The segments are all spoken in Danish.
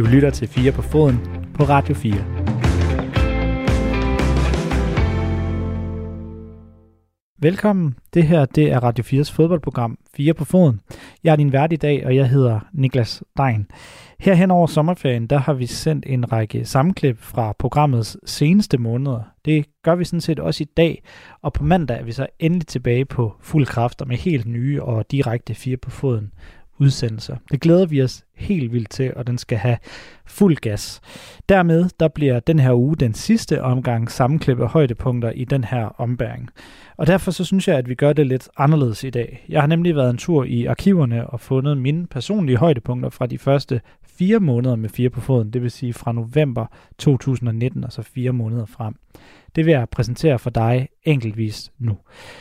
Du lytter til 4 på foden på Radio 4. Velkommen. Det her, det er Radio 4's fodboldprogram 4 på foden. Jeg er din vært i dag, og jeg hedder Niklas Dein. Her hen over sommerferien, der har vi sendt en række sammenklip fra programmets seneste måneder. Det gør vi sådan set også i dag, og på mandag er vi så endelig tilbage på fuld kraft og med helt nye og direkte 4 på foden udsendelser. Det glæder vi os helt vildt til, og den skal have fuld gas. Dermed der bliver den her uge den sidste omgang sammenklip af højdepunkter i den her ombæring. Og derfor så synes jeg, at vi gør det lidt anderledes i dag. Jeg har nemlig været en tur i arkiverne og fundet mine personlige højdepunkter fra de første 4 måneder med 4 på foden, det vil sige fra november 2019 og så 4 måneder frem. Det vil jeg præsentere for dig enkeltvis nu.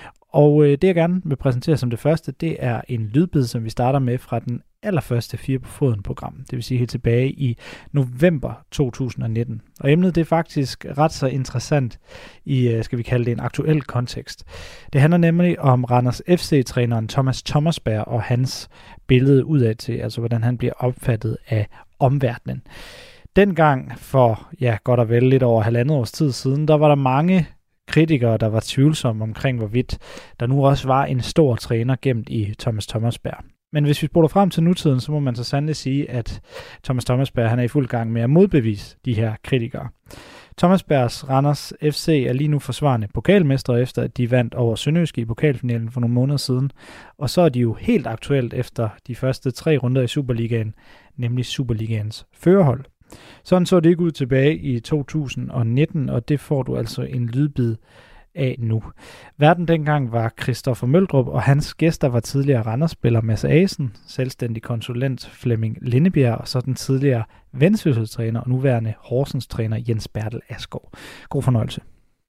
Og det jeg gerne vil præsentere som det første, det er en lydbid, som vi starter med fra den allerførste 4 på foden program. Det vil sige helt tilbage i november 2019. Og emnet det er faktisk ret så interessant i, skal vi kalde det en aktuel kontekst. Det handler nemlig om Randers FC-træneren Thomas Thomasberg og hans billede udad til, altså hvordan han bliver opfattet af omverdenen. Dengang for godt og vel lidt over 1,5 års tid siden, der var der mange kritikere, der var tvivlsomme omkring, hvorvidt der nu også var en stor træner gemt i Thomas Thomasberg. Men hvis vi spoler frem til nutiden, så må man så sandelig sige, at Thomas Thomasberg han er i fuld gang med at modbevise de her kritikere. Thomasbergs Randers FC er lige nu forsvarende pokalmestre, efter at de vandt over Sønderjyske i pokalfinalen for nogle måneder siden. Og så er de jo helt aktuelt efter de første 3 runder i Superligaen, nemlig Superligaens førerhold. Sådan så det ikke ud tilbage i 2019, og det får du altså en lydbid af nu. Værten dengang var Christoffer Møldrup, og hans gæster var tidligere Randers-spiller Mads Asen, selvstændig konsulent Flemming Lindebjerg, og så den tidligere Vendsyssel-træner og nuværende Horsens-træner Jens Bertel Asgaard. God fornøjelse.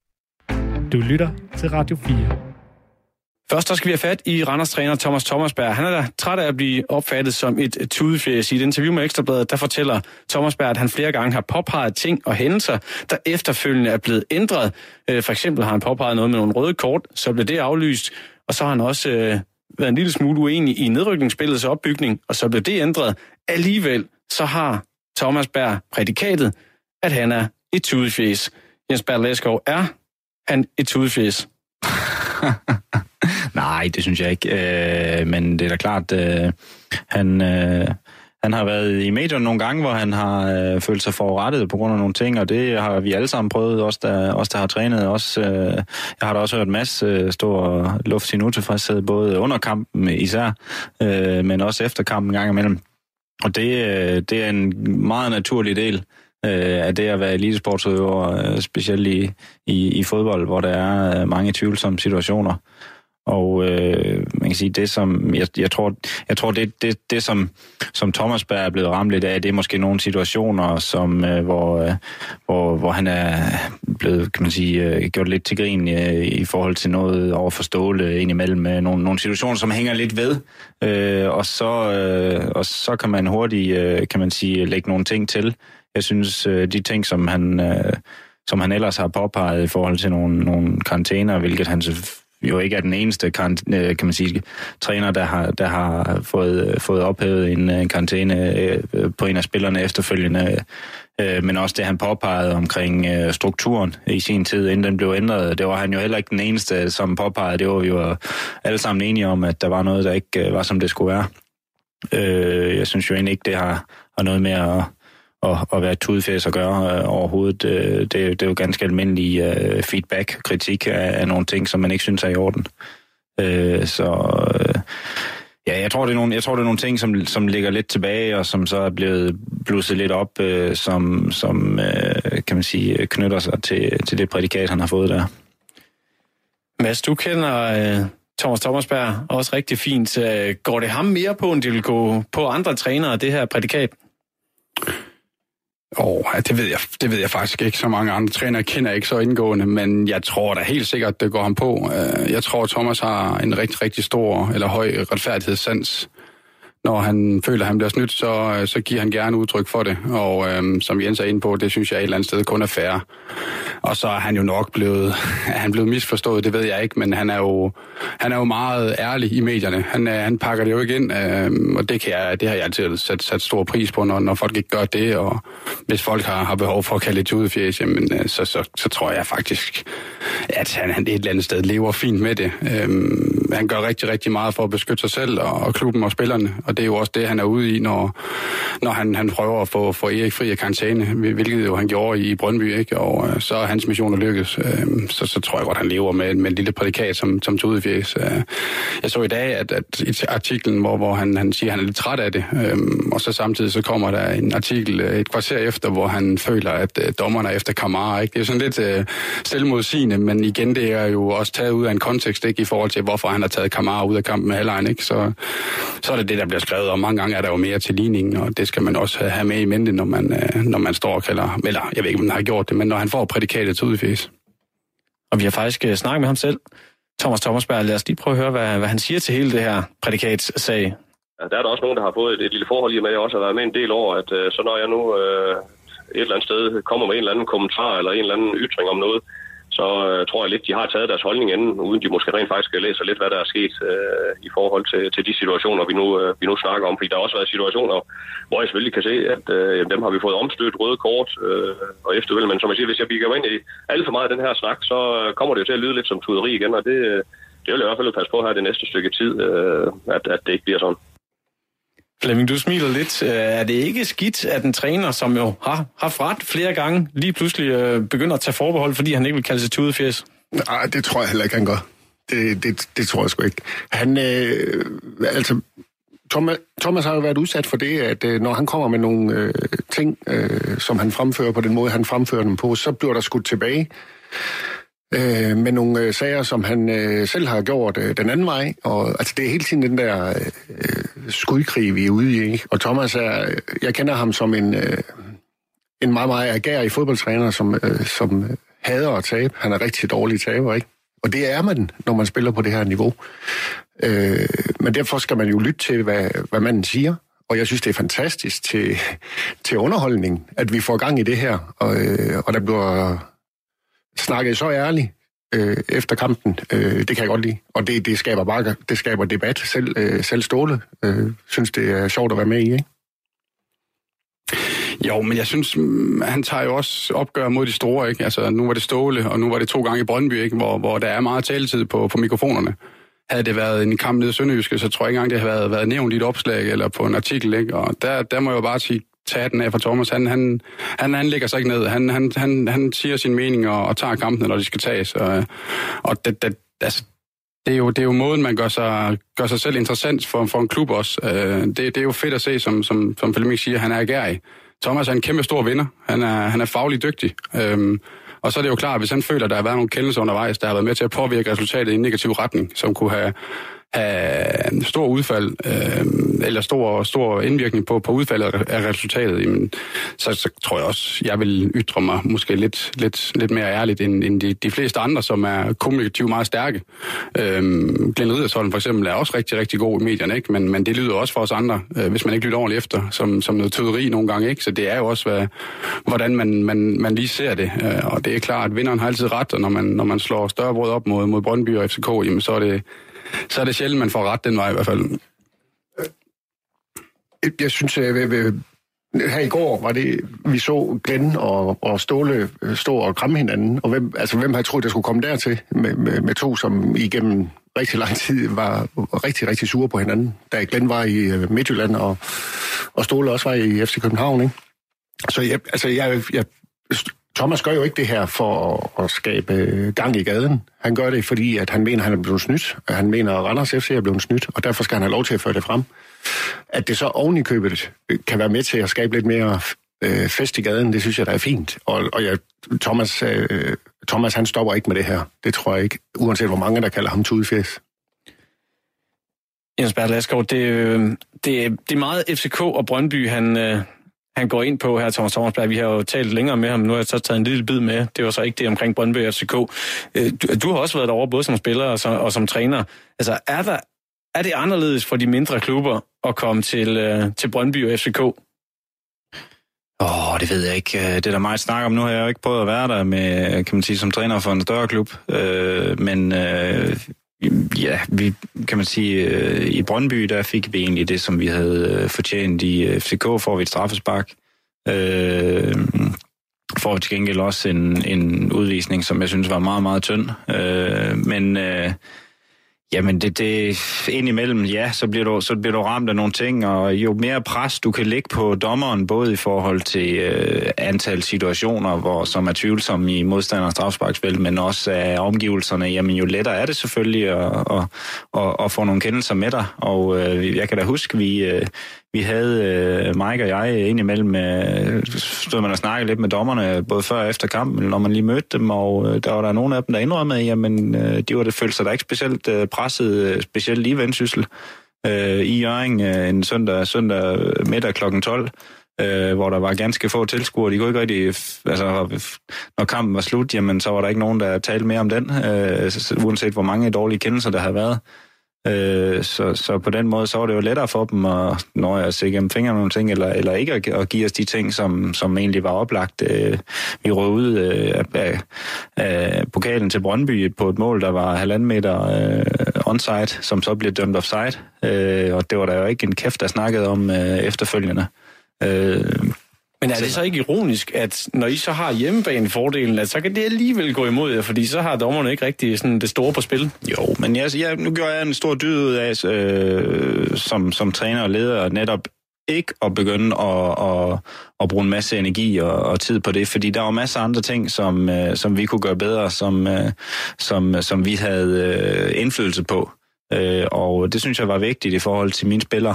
Du lytter til Radio 4. Først så skal vi have fat i Randers træner Thomas Thomasberg. Han er da træt af at blive opfattet som et tudefjæs. I et interview med Ekstra Bladet, der fortæller Thomasberg, at han flere gange har påpeget ting og hændelser, der efterfølgende er blevet ændret. For eksempel har han påpeget noget med nogle røde kort, så blev det aflyst. Og så har han også været en lille smule uenig i nedrykningsspillets opbygning, og så blev det ændret. Alligevel så har Thomasberg prædikatet, at han er et tudefjæs. Jens Bertel Asgaard, er han et tudefjæs? Nej, det synes jeg ikke. Men det er da klart, han har været i medierne nogle gange, hvor han har følt sig forurettet på grund af nogle ting, og det har vi alle sammen prøvet, os der har trænet. Også, jeg har da også hørt Mads stå og lufte sin utilfredshed, både under kampen især, men også efter kampen en gang imellem. Og det er en meget naturlig del af det at være elitesportsudøver, specielt i fodbold, hvor der er mange tvivlsomme situationer. Og man kan sige, det som jeg tror det som Thomasberg er blevet ramt lidt af, det er måske nogle situationer, som hvor han er blevet, kan man sige, gjort lidt til grin i forhold til noget over Ståle indimellem med nogle situationer, som hænger lidt ved, og så kan man hurtigt, kan man sige, lægge nogle ting til. Jeg synes, de ting, som han ellers har påpeget i forhold til nogle karantæner, hvilket han jo ikke er den eneste, kan man sige, træner, der har fået ophævet en karantæne på en af spillerne efterfølgende. Men også det, han påpegede omkring strukturen i sin tid, inden den blev ændret. Det var han jo heller ikke den eneste, som påpegede. Det var vi jo alle sammen enige om, at der var noget, der ikke var, som det skulle være. Jeg synes jo egentlig ikke, det har noget med at være et tudefjæs at gøre overhovedet. Det er jo ganske almindelig feedback, kritik af nogle ting, som man ikke synes er i orden. Jeg tror, det er nogle ting, som ligger lidt tilbage, og som så er blevet blusset lidt op, som kan man sige, knytter sig til det prædikat, han har fået der. Mads, du kender Thomas Thomasberg også rigtig fint. Går det ham mere på, end det vil gå på andre trænere, det her prædikat? Det ved jeg faktisk ikke. Så mange andre trænere kender jeg ikke så indgående, men jeg tror da helt sikkert, det går ham på. Jeg tror, Thomas har en rigtig, rigtig stor eller høj retfærdighedssans. når han føler, at han bliver snydt, så giver han gerne udtryk for det. Og som Jens er inde på, det synes jeg et eller andet sted kun er fair. Og så er han jo nok blevet misforstået, det ved jeg ikke, men han er jo meget ærlig i medierne. Han pakker det jo ikke ind, og det har jeg altid sat stor pris på, når folk ikke gør det. Og hvis folk har behov for at kalde det tudefjæs, jamen, så tror jeg faktisk, at han et eller andet sted lever fint med det. Han gør rigtig, rigtig meget for at beskytte sig selv og klubben og spillerne, og det er jo også det, han er ude i, når han prøver at få Erik fri af karantæne, hvilket jo han gjorde i Brøndby, ikke? Og så er hans mission lykkes. Så tror jeg godt, han lever med et lille prædikat som tudefjæs. Jeg så i dag, at i artiklen, hvor han siger, at han er lidt træt af det, og så samtidig så kommer der en artikel et kvarter efter, hvor han føler, at dommerne er efter Kamara, ikke? Det er sådan lidt selvmodsigende, men igen, det er jo også taget ud af en kontekst, ikke? I forhold til, hvorfor han har taget Kamara ud af kampen med halvlejen, ikke? Så er det, der bliver skrevet, og mange gange er der jo mere til ligningen, og det skal man også have med i mente, når man står og kalder, eller jeg ved ikke, om han har gjort det, men når han får prædikatet tudefjæs. Og vi har faktisk snakket med ham selv, Thomas Thomasberg. Lad os lige prøve at høre, hvad han siger til hele det her prædikatssag. Ja, der er der også nogen, der har fået et lille forhold i og med, at jeg også har været med en del over, at så når jeg nu et eller andet sted kommer med en eller anden kommentar eller en eller anden ytring om noget, så tror jeg lidt, de har taget deres holdning inden, uden de måske rent faktisk læser lidt, hvad der er sket i forhold til de situationer, vi nu snakker om. Fordi der har også været situationer, hvor jeg selvfølgelig kan se, at dem har vi fået omstødt røde kort og efterfølgende. Men som jeg siger, hvis jeg bygger mig ind i alt for meget af den her snak, så kommer det jo til at lyde lidt som tuderi igen, og det vil jeg i hvert fald passe på her det næste stykke tid, at det ikke bliver sådan. Flemming, du smiler lidt. Er det ikke skidt, at en træner, som jo har haft ret flere gange, lige pludselig begynder at tage forbehold, fordi han ikke vil kalde sig tudefjæs? Nej, det tror jeg heller ikke, han gør. Det tror jeg sgu ikke. Han, Thomas har jo været udsat for det, at når han kommer med nogle ting, som han fremfører på den måde, han fremfører dem på, så bliver der skudt tilbage med nogle sager, som han selv har gjort den anden vej. Og altså, det er hele tiden den der skudkrig, vi er ude i, ikke? Og Thomas jeg kender ham som en meget, meget agerig fodboldtræner, som hader at tabe. Han er rigtig dårlig taber, ikke? Og det er man, når man spiller på det her niveau. Men derfor skal man jo lytte til, hvad manden siger. Og jeg synes, det er fantastisk til underholdning, at vi får gang i det her. Og der bliver snakket så ærligt efter kampen. Det kan jeg godt lide. Og det skaber debat. Selv Ståle synes, det er sjovt at være med i, ikke? Jo, men jeg synes, han tager jo også opgør mod de store, ikke? Altså, nu var det Ståle, og nu var det 2 gange i Brøndby, ikke? Hvor der er meget taletid på mikrofonerne. Havde det været en kamp nede i Sønderjyske, så tror jeg ikke engang, det havde været nævnt i et opslag eller på en artikel, ikke? Og der må jeg jo bare tage den af for Thomas. Han lægger sig ikke ned. Han siger sin mening og tager kampen, når de skal tages. Og altså, det er jo måden, man gør sig selv interessant for en klub også. Det er jo fedt at se, som Flemming siger, han er agerig. Thomas er en kæmpe stor vinder. Han er fagligt dygtig. Og så er det jo klart, at hvis han føler, at der har været nogle kendelser undervejs, der har været med til at påvirke resultatet i en negativ retning, som kunne have stor udfald, eller stor indvirkning på udfaldet af resultatet, jamen, så tror jeg også, jeg vil ytre mig måske lidt mere ærligt end de fleste andre, som er kommunikativt meget stærke. Glenn Riddersholm for eksempel er også rigtig, rigtig god i medierne, ikke? Men det lyder også for os andre, hvis man ikke lytter ordentligt efter, som noget tøderi nogle gange, ikke? Så det er jo også, hvordan man lige ser det. Og det er klart, at vinderen har altid ret, og når man slår større brød op mod Brøndby og FCK, jamen, så er det sjældent, man får ret den vej i hvert fald. Jeg synes, her i går var det, vi så Glenn og Ståle stå og kramme hinanden, og hvem havde troet, der skulle komme dertil med 2, som igennem rigtig lang tid var rigtig, rigtig sure på hinanden, da Glenn var i Midtjylland, og Ståle også var i FC København, ikke? Så Thomas gør jo ikke det her for at skabe gang i gaden. Han gør det, fordi at han mener, han er blevet snydt. Han mener, at Randers FC er blevet snydt, og derfor skal han have lov til at føre det frem. At det så oven i købet kan være med til at skabe lidt mere fest i gaden, det synes jeg, der er fint. Og Thomas, han stopper ikke med det her. Det tror jeg ikke, uanset hvor mange, der kalder ham tudefjæs. Jens Bertel Askov, det er meget FCK og Brøndby, han går ind på her, Thomas Thomasberg. Vi har jo talt længere med ham. Nu har jeg så taget en lille bid med. Det var så ikke det omkring Brøndby og FCK. Du har også været derovre, både som spiller og som træner. Altså, Er det anderledes for de mindre klubber at komme til Brøndby og FCK? Det ved jeg ikke. Det er der meget snak om. Nu har jeg jo ikke prøvet at være der med, kan man sige, som træner for en større klub. Ja, vi kan man sige, i Brøndby, der fik vi egentlig det, som vi havde fortjent. I FCK får vi et straffespark. Får vi til gengæld også en udvisning, som jeg synes var meget, meget tynd. Jamen, det indimellem, ja, så bliver du ramt af nogle ting, og jo mere pres du kan lægge på dommeren, både i forhold til antal situationer, som er tvivlsomme i modstanderens strafsparksfelt, men også af omgivelserne, jamen jo lettere er det selvfølgelig at få nogle kendelser med dig. Og jeg kan da huske, vi havde, Mike og jeg, indimellem, stod man og snakkede lidt med dommerne, både før og efter kampen, når man lige mødte dem, og der var der nogle af dem, der indrømmede, jamen, de var det følte sig der ikke specielt presset, specielt i Vendsyssel, i Hjørring, en søndag middag kl. 12, hvor der var ganske få tilskuere. De kunne ikke rigtig, altså, når kampen var slut, jamen, så var der ikke nogen, der talte mere om den, uanset hvor mange dårlige kendelser der havde været. Så på den måde, så var det jo lettere for dem at, når jeg ser gennem fingrene nogle ting, eller ikke at give os de ting, som egentlig var oplagt. Vi rød ud af pokalen til Brøndby på et mål, der var 1,5 meter onside, som så blev dømt offside. Og det var der jo ikke en kæft, der snakkede om efterfølgende. Men er det så ikke ironisk, at når I så har hjemmebanefordelen, at så kan det alligevel gå imod jer, fordi så har dommerne ikke rigtig sådan det store på spil? Jo, men nu gør jeg en stor dyd ud af, som træner og leder, netop ikke at begynde at bruge en masse energi og tid på det, fordi der var masser af andre ting, som vi kunne gøre bedre, som vi havde indflydelse på. Og det synes jeg var vigtigt i forhold til mine spillere,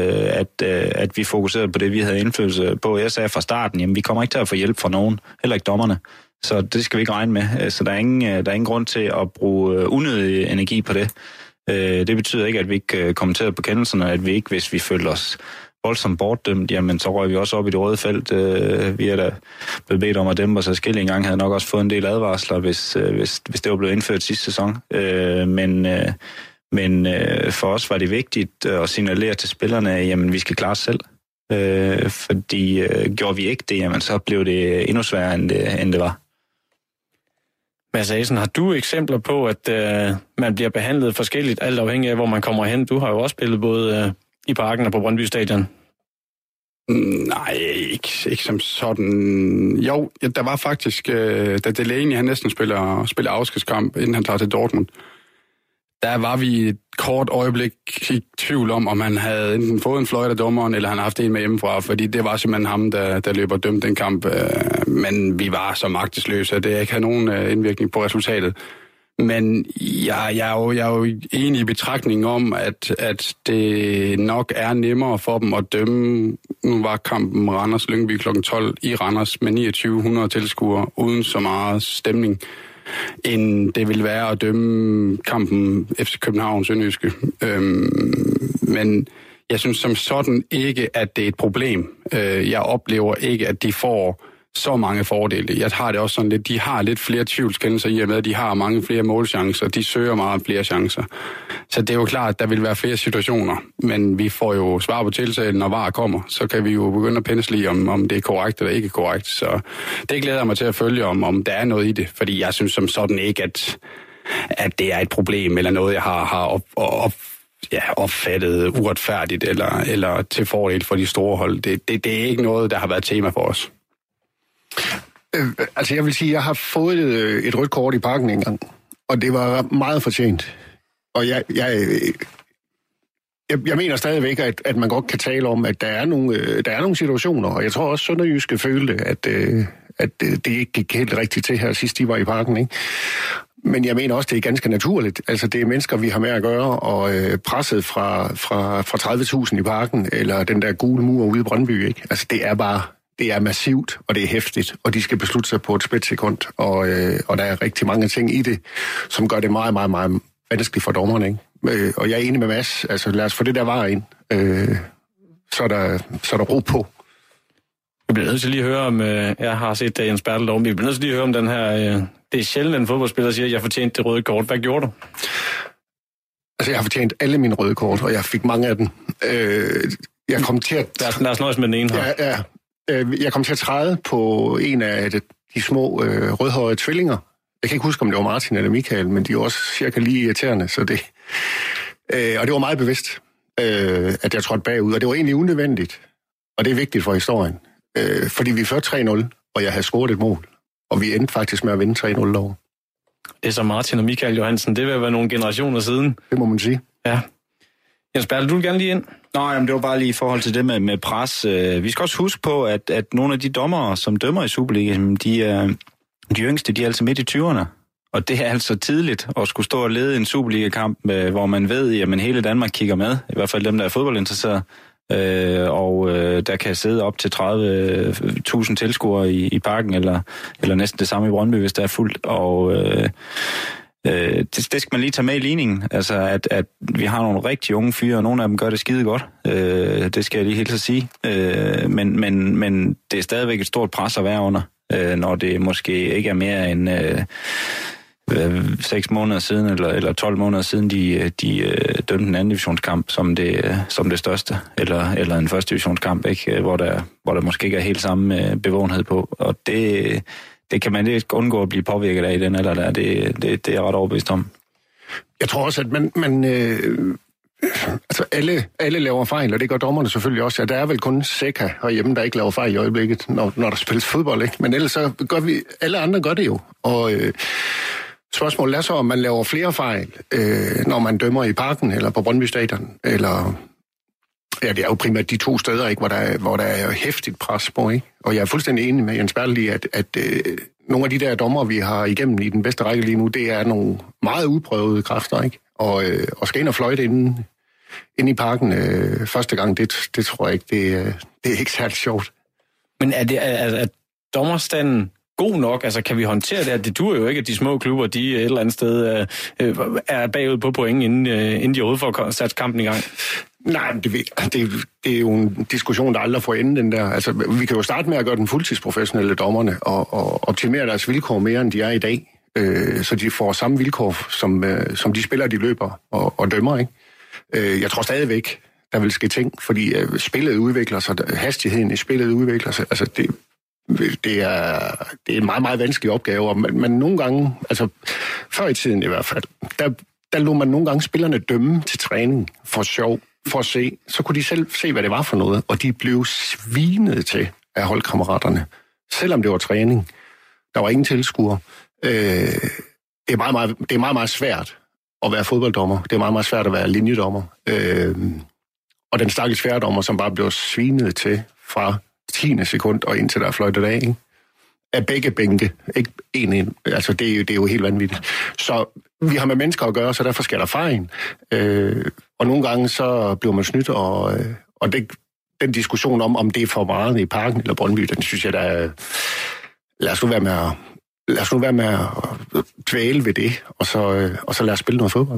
at vi fokuserede på det, vi havde indflydelse på. Jeg sagde fra starten, jamen vi kommer ikke til at få hjælp fra nogen, heller ikke dommerne. Så det skal vi ikke regne med. Så der er ingen grund til at bruge unødig energi på det. Det betyder ikke, at vi ikke kommenterer på kendelserne, at vi ikke, hvis vi føler os voldsomt bortdømt, jamen så røg vi også op i det røde felt. Vi er da blevet bedt om at dæmpe os adskillige en gang, havde nok også fået en del advarsler, hvis det var blevet indført sidste sæson. Men for os var det vigtigt at signalere til spillerne, at jamen, vi skal klare os selv. Fordi gjorde vi ikke det, jamen, så blev det endnu sværere, end det var. Mads Asen, har du eksempler på, at man bliver behandlet forskelligt, alt afhængig af, hvor man kommer hen? Du har jo også spillet både i Parken og på Brøndby Stadion. Nej, ikke som sådan. Jo, der var faktisk, da Delaney han næsten spiller afskedskamp, inden han tager til Dortmund. Der var vi et kort øjeblik i tvivl om han havde enten fået en fløjt af dommeren, eller han havde haft en med hjemmefra, fordi det var simpelthen ham, der løber dømt den kamp. Men vi var så magtesløse, at det ikke havde nogen indvirkning på resultatet. Men jeg er jo enig i betragtningen om, at det nok er nemmere for dem at dømme. Nu var kampen Randers-Lyngby kl. 12 i Randers med 2900 tilskuere, uden så meget stemning, end det vil være at dømme kampen FC København-Sønderjyske. Men jeg synes som sådan ikke, at det er et problem. Jeg oplever ikke, at de får så mange fordele. Jeg har det også sådan lidt, de har lidt flere tvivlskendelser i og med, at de har mange flere målchancer. De søger meget flere chancer. Så det er jo klart, at der vil være flere situationer, men vi får jo svar på tiltalen, når VAR kommer. Så kan vi jo begynde at pensle i, om det er korrekt eller ikke korrekt. Så det glæder mig til at følge, om der er noget i det, fordi jeg synes som sådan ikke, at det er et problem, eller noget, jeg har opfattet uretfærdigt, eller til fordel for de store hold. Det er ikke noget, der har været tema for os. Altså jeg vil sige, at jeg har fået et rødt kort i Parken engang, og det var meget fortjent. Og jeg mener stadigvæk, at man godt kan tale om, at der er nogle situationer, og jeg tror også, Sønderjyske følte, at det ikke gik helt rigtigt til her sidst, de var i Parken, ikke? Men jeg mener også, det er ganske naturligt. Altså, det er mennesker, vi har med at gøre, og presset fra 30.000 i Parken, eller den der gule mur ude i Brøndby, ikke? Altså, det er massivt, og det er hæftigt, og de skal beslutte sig på et splitsekund, og der er rigtig mange ting i det, som gør det meget, meget, meget vanskeligt for dommerne, ikke? Og jeg er enig med Mads, altså lad os få det der VAR ind, så er der ro på. Jeg bliver nødt til lige at høre om, jeg har set Jens Bertelov, men jeg bliver nødt til lige at høre om den her, det er sjældent, en fodboldspiller siger, at jeg fortjente det røde kort. Hvad gjorde du? Altså, jeg har fortjent alle mine røde kort, og jeg fik mange af dem. Jeg kom til at... Lad os nøjes med den ene her. Ja. Jeg kom til at træde på en af de små rødhårede tvillinger. Jeg kan ikke huske, om det var Martin eller Michael, men de er også cirka lige irriterende, så det... og det var meget bevidst, at jeg trådte bagud, og det var egentlig unødvendigt. Og det er vigtigt for historien. Fordi vi førte 3-0, og jeg havde scoret et mål. Og vi endte faktisk med at vinde 3-0 derovre. Det er så Martin og Michael Johansen. Det vil være nogle generationer siden. Det må man sige. Ja. Jens Bertel, du vil gerne lige ind? Nå, jamen, det var bare lige i forhold til det med pres. Vi skal også huske på, at nogle af de dommere, som dømmer i Superligaen, de yngste, de er altså midt i 20'erne. Og det er altså tidligt at skulle stå og lede en Superliga-kamp, hvor man ved, at hele Danmark kigger med. I hvert fald dem, der er fodboldinteresserede. Og der kan sidde op til 30.000 tilskuere i parken, eller næsten det samme i Brøndby, hvis der er fuldt. Og det skal man lige tage med i ligningen. Altså, at vi har nogle rigtig unge fyre, og nogle af dem gør det skide godt. Det skal jeg lige helt sige. Men det er stadigvæk et stort pres at være under, når det måske ikke er mere end 6 måneder siden, eller 12 måneder siden, de dømte en anden divisionskamp som det største, eller en første divisionskamp, ikke? Hvor der måske ikke er helt samme bevågenhed på. Og det kan man ikke undgå at blive påvirket af i den alder der. Det er jeg ret overbevist om. Jeg tror også, at man altså alle laver fejl, og det gør dommerne selvfølgelig også. Ja, der er vel kun Seca herhjemme, der ikke laver fejl i øjeblikket, når der spilles fodbold, ikke? Men ellers så gør alle andre gør det jo. Og spørgsmålet er så, om man laver flere fejl, når man dømmer i parken, eller på Brøndby Stadion, eller... Ja, det er jo primært de 2 steder, ikke, hvor der er hæftigt pres på, ikke? Og jeg er fuldstændig enig med Jens Bertel i, at nogle af de der dommer, vi har igennem i den bedste række lige nu, det er nogle meget udprøvede kræfter, ikke? Og skal ind og fløjte inde i parken første gang, det tror jeg ikke, det er ikke særlig sjovt. Men er dommerstanden god nok? Altså, kan vi håndtere det? Det duer jo ikke, at de små klubber, de et eller andet sted er bagud på point, inden de er ude for at sætte kampen i gang. Nej, det er jo en diskussion, der aldrig får ende, den der. Altså, vi kan jo starte med at gøre den fuldtidsprofessionelle dommerne og optimere deres vilkår mere, end de er i dag. Så de får samme vilkår, som de spiller, de løber og dømmer, ikke? Jeg tror stadigvæk, der vil ske ting, fordi spillet udvikler sig, hastigheden i spillet udvikler sig. Altså, det er en meget, meget vanskelig opgave, og man nogle gange, altså før i tiden i hvert fald, der lod man nogle gange spillerne dømme til træning for sjov, for at se, så kunne de selv se, hvad det var for noget, og de blev svinet til af holdkammeraterne, selvom det var træning. Der var ingen tilskuere. Det er meget, meget svært at være fodbolddommer. Det er meget, meget svært at være linjedommer. Og den stakkels fjerdommer, som bare blev svinet til fra 10. sekund og indtil der er fløjtet af, ikke? Af begge bænke. Ikke en. Altså, det er jo helt vanvittigt. Så vi har med mennesker at gøre, så derfor sker der fejl. Og nogle gange så bliver man snydt, og den diskussion om det er for meget i parken eller Brøndby, den synes jeg, der er... Lad os nu være med at dvæle ved det, og så lad os spille noget fodbold.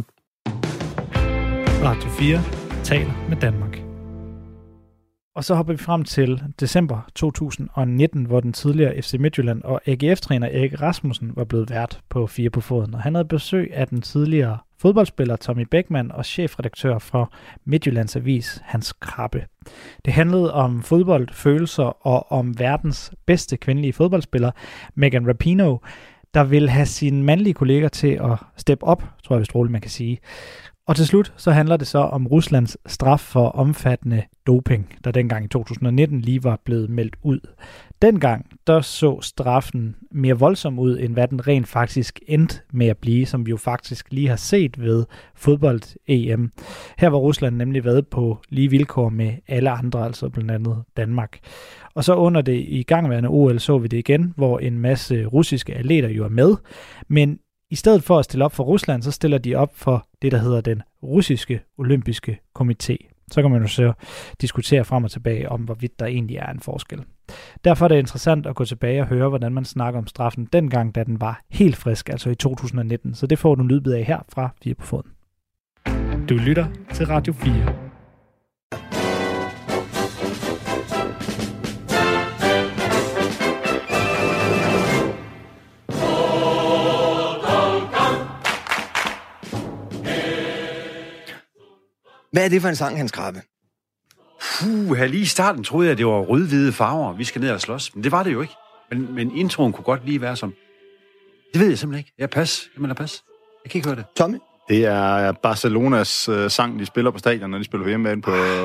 Radio 4 taler med Danmark. Og så hopper vi frem til december 2019, hvor den tidligere FC Midtjylland og AGF-træner Erik Rasmussen var blevet vært på 4 på foden. Og han havde besøg af den tidligere fodboldspiller Tommy Beckmann og chefredaktør for Midtjyllands Avis, Hans Krabbe. Det handlede om fodbold, følelser og om verdens bedste kvindelige fodboldspiller, Megan Rapinoe, der vil have sine mandlige kolleger til at steppe op, tror jeg vist roligt man kan sige. Og til slut så handler det så om Ruslands straf for omfattende doping, der dengang i 2019 lige var blevet meldt ud. Dengang der så straffen mere voldsom ud, end hvad den rent faktisk endte med at blive, som vi jo faktisk lige har set ved fodbold-EM. Her var Rusland nemlig været på lige vilkår med alle andre, altså blandt andet Danmark. Og så under det igangværende OL så vi det igen, hvor en masse russiske atleter jo er med, men i stedet for at stille op for Rusland, så stiller de op for det, der hedder den russiske olympiske komité. Så kan man jo så diskutere frem og tilbage om, hvorvidt der egentlig er en forskel. Derfor er det interessant at gå tilbage og høre, hvordan man snakker om straffen dengang, da den var helt frisk, altså i 2019. Så det får du en lydbid af her fra 4 på foden. Du lytter til Radio 4. Hvad er det for en sang, Hans Krabbe? Her lige i starten troede jeg, at det var rød-hvide farver, vi skal ned og slås. Men det var det jo ikke. Men introen kunne godt lige være som... Det ved jeg simpelthen ikke. Jeg kan ikke høre det. Tommy? Det er Barcelonas sang, de spiller på stadion, når de spiller på hjemmebane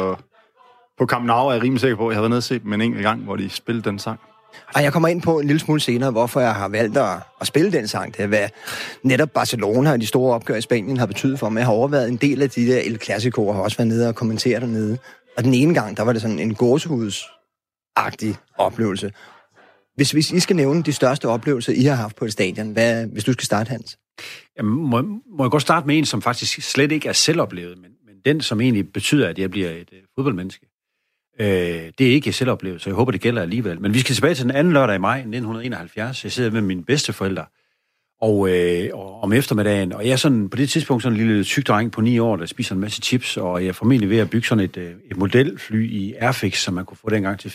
på Camp Nou, er jeg rimelig sikker på. Jeg har været nede og set dem en enkelt gang, hvor de spillede den sang. Og jeg kommer ind på en lille smule senere, hvorfor jeg har valgt at spille den sang. Det er, hvad netop Barcelona og de store opgør i Spanien har betydet for mig. Jeg har overvejet en del af de der El Clasico, og har også været nede og kommenteret dernede. Og den ene gang, der var det sådan en gåsehudsagtig oplevelse. Hvis I skal nævne de største oplevelser, I har haft på et stadion, hvis du skal starte, Hans? Jamen, må jeg godt starte med en, som faktisk slet ikke er selvoplevet, men den, som egentlig betyder, at jeg bliver et fodboldmenneske. Det er ikke selvoplevet, så jeg håber, det gælder alligevel. Men vi skal tilbage til den anden lørdag i maj 1971. Jeg sidder med mine bedsteforældre og om eftermiddagen, og jeg er sådan, på det tidspunkt sådan en lille syg dreng på 9 år, der spiser en masse chips, og jeg er formentlig ved at bygge sådan et modelfly i Airfix, som man kunne få dengang til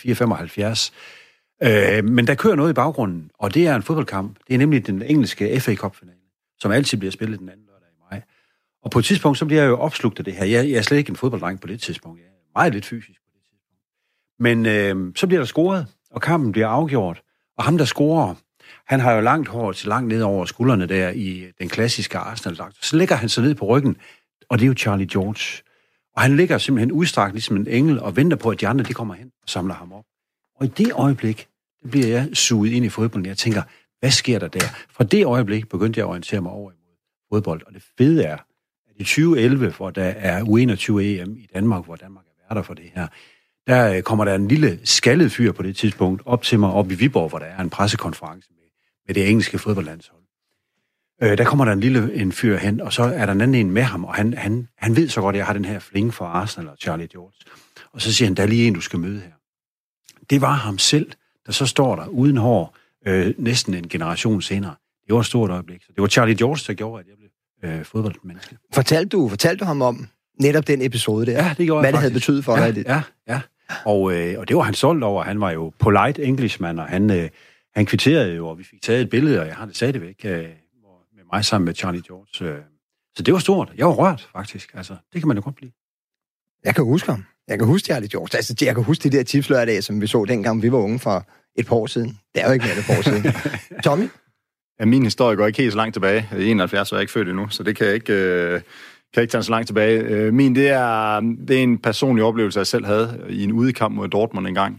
4,75. Men der kører noget i baggrunden, og det er en fodboldkamp. Det er nemlig den engelske FA Cup-finale, som altid bliver spillet den anden lørdag i maj. Og på et tidspunkt, så bliver jeg jo opslugt af det her. Jeg er slet ikke en fodbolddreng på det tidspunkt. Jeg er meget lidt fysisk på det tidspunkt. Men så bliver der scoret, og kampen bliver afgjort. Og ham, der scorer, han har jo langt hår til langt ned over skuldrene der i den klassiske Arsenal-dragt. Så lægger han sig ned på ryggen, og det er jo Charlie George. Og han ligger simpelthen udstrakt ligesom en engel og venter på, at de andre de kommer hen og samler ham op. Og i det øjeblik, der bliver jeg suget ind i fodbolden. Jeg tænker, hvad sker der der? Fra det øjeblik begyndte jeg at orientere mig over imod fodbold. Og det fede er, at i 2011, hvor der er U21 EM i Danmark, hvor Danmark er værter for det her, der kommer der en lille skaldet fyr på det tidspunkt op til mig op i Viborg, hvor der er en pressekonference med det engelske fodboldlandshold. Der kommer der en fyr hen, og så er der en anden en med ham, og han ved så godt, at jeg har den her fling for Arsenal og Charlie George. Og så siger han, der er lige en, du skal møde her. Det var ham selv, der så står der uden hår næsten en generation senere. Det var et stort øjeblik. Så det var Charlie George, der gjorde, at jeg blev fodboldmenneske. Fortalte du ham om netop den episode der? Ja, det gjorde jeg. Hvad det havde betydet for dig? Ja. Og det var han stolt over. Han var jo polite Englishman, og han kvitterede jo, og vi fik taget et billede, og jeg har det stadigvæk med mig sammen med Charlie George. Så det var stort. Jeg var rørt, faktisk. Altså, det kan man jo godt blive. Jeg kan huske ham. Jeg kan huske Charlie George. Altså, jeg kan huske de der tipslørdage, som vi så dengang, vi var unge for et par år siden. Det er jo ikke mere et par år siden. Tommy? Ja, min historie går ikke helt så langt tilbage. I 71 er jeg ikke født endnu, så det kan jeg ikke tage så langt tilbage. Min, det er en personlig oplevelse, jeg selv havde i en udekamp mod Dortmund engang.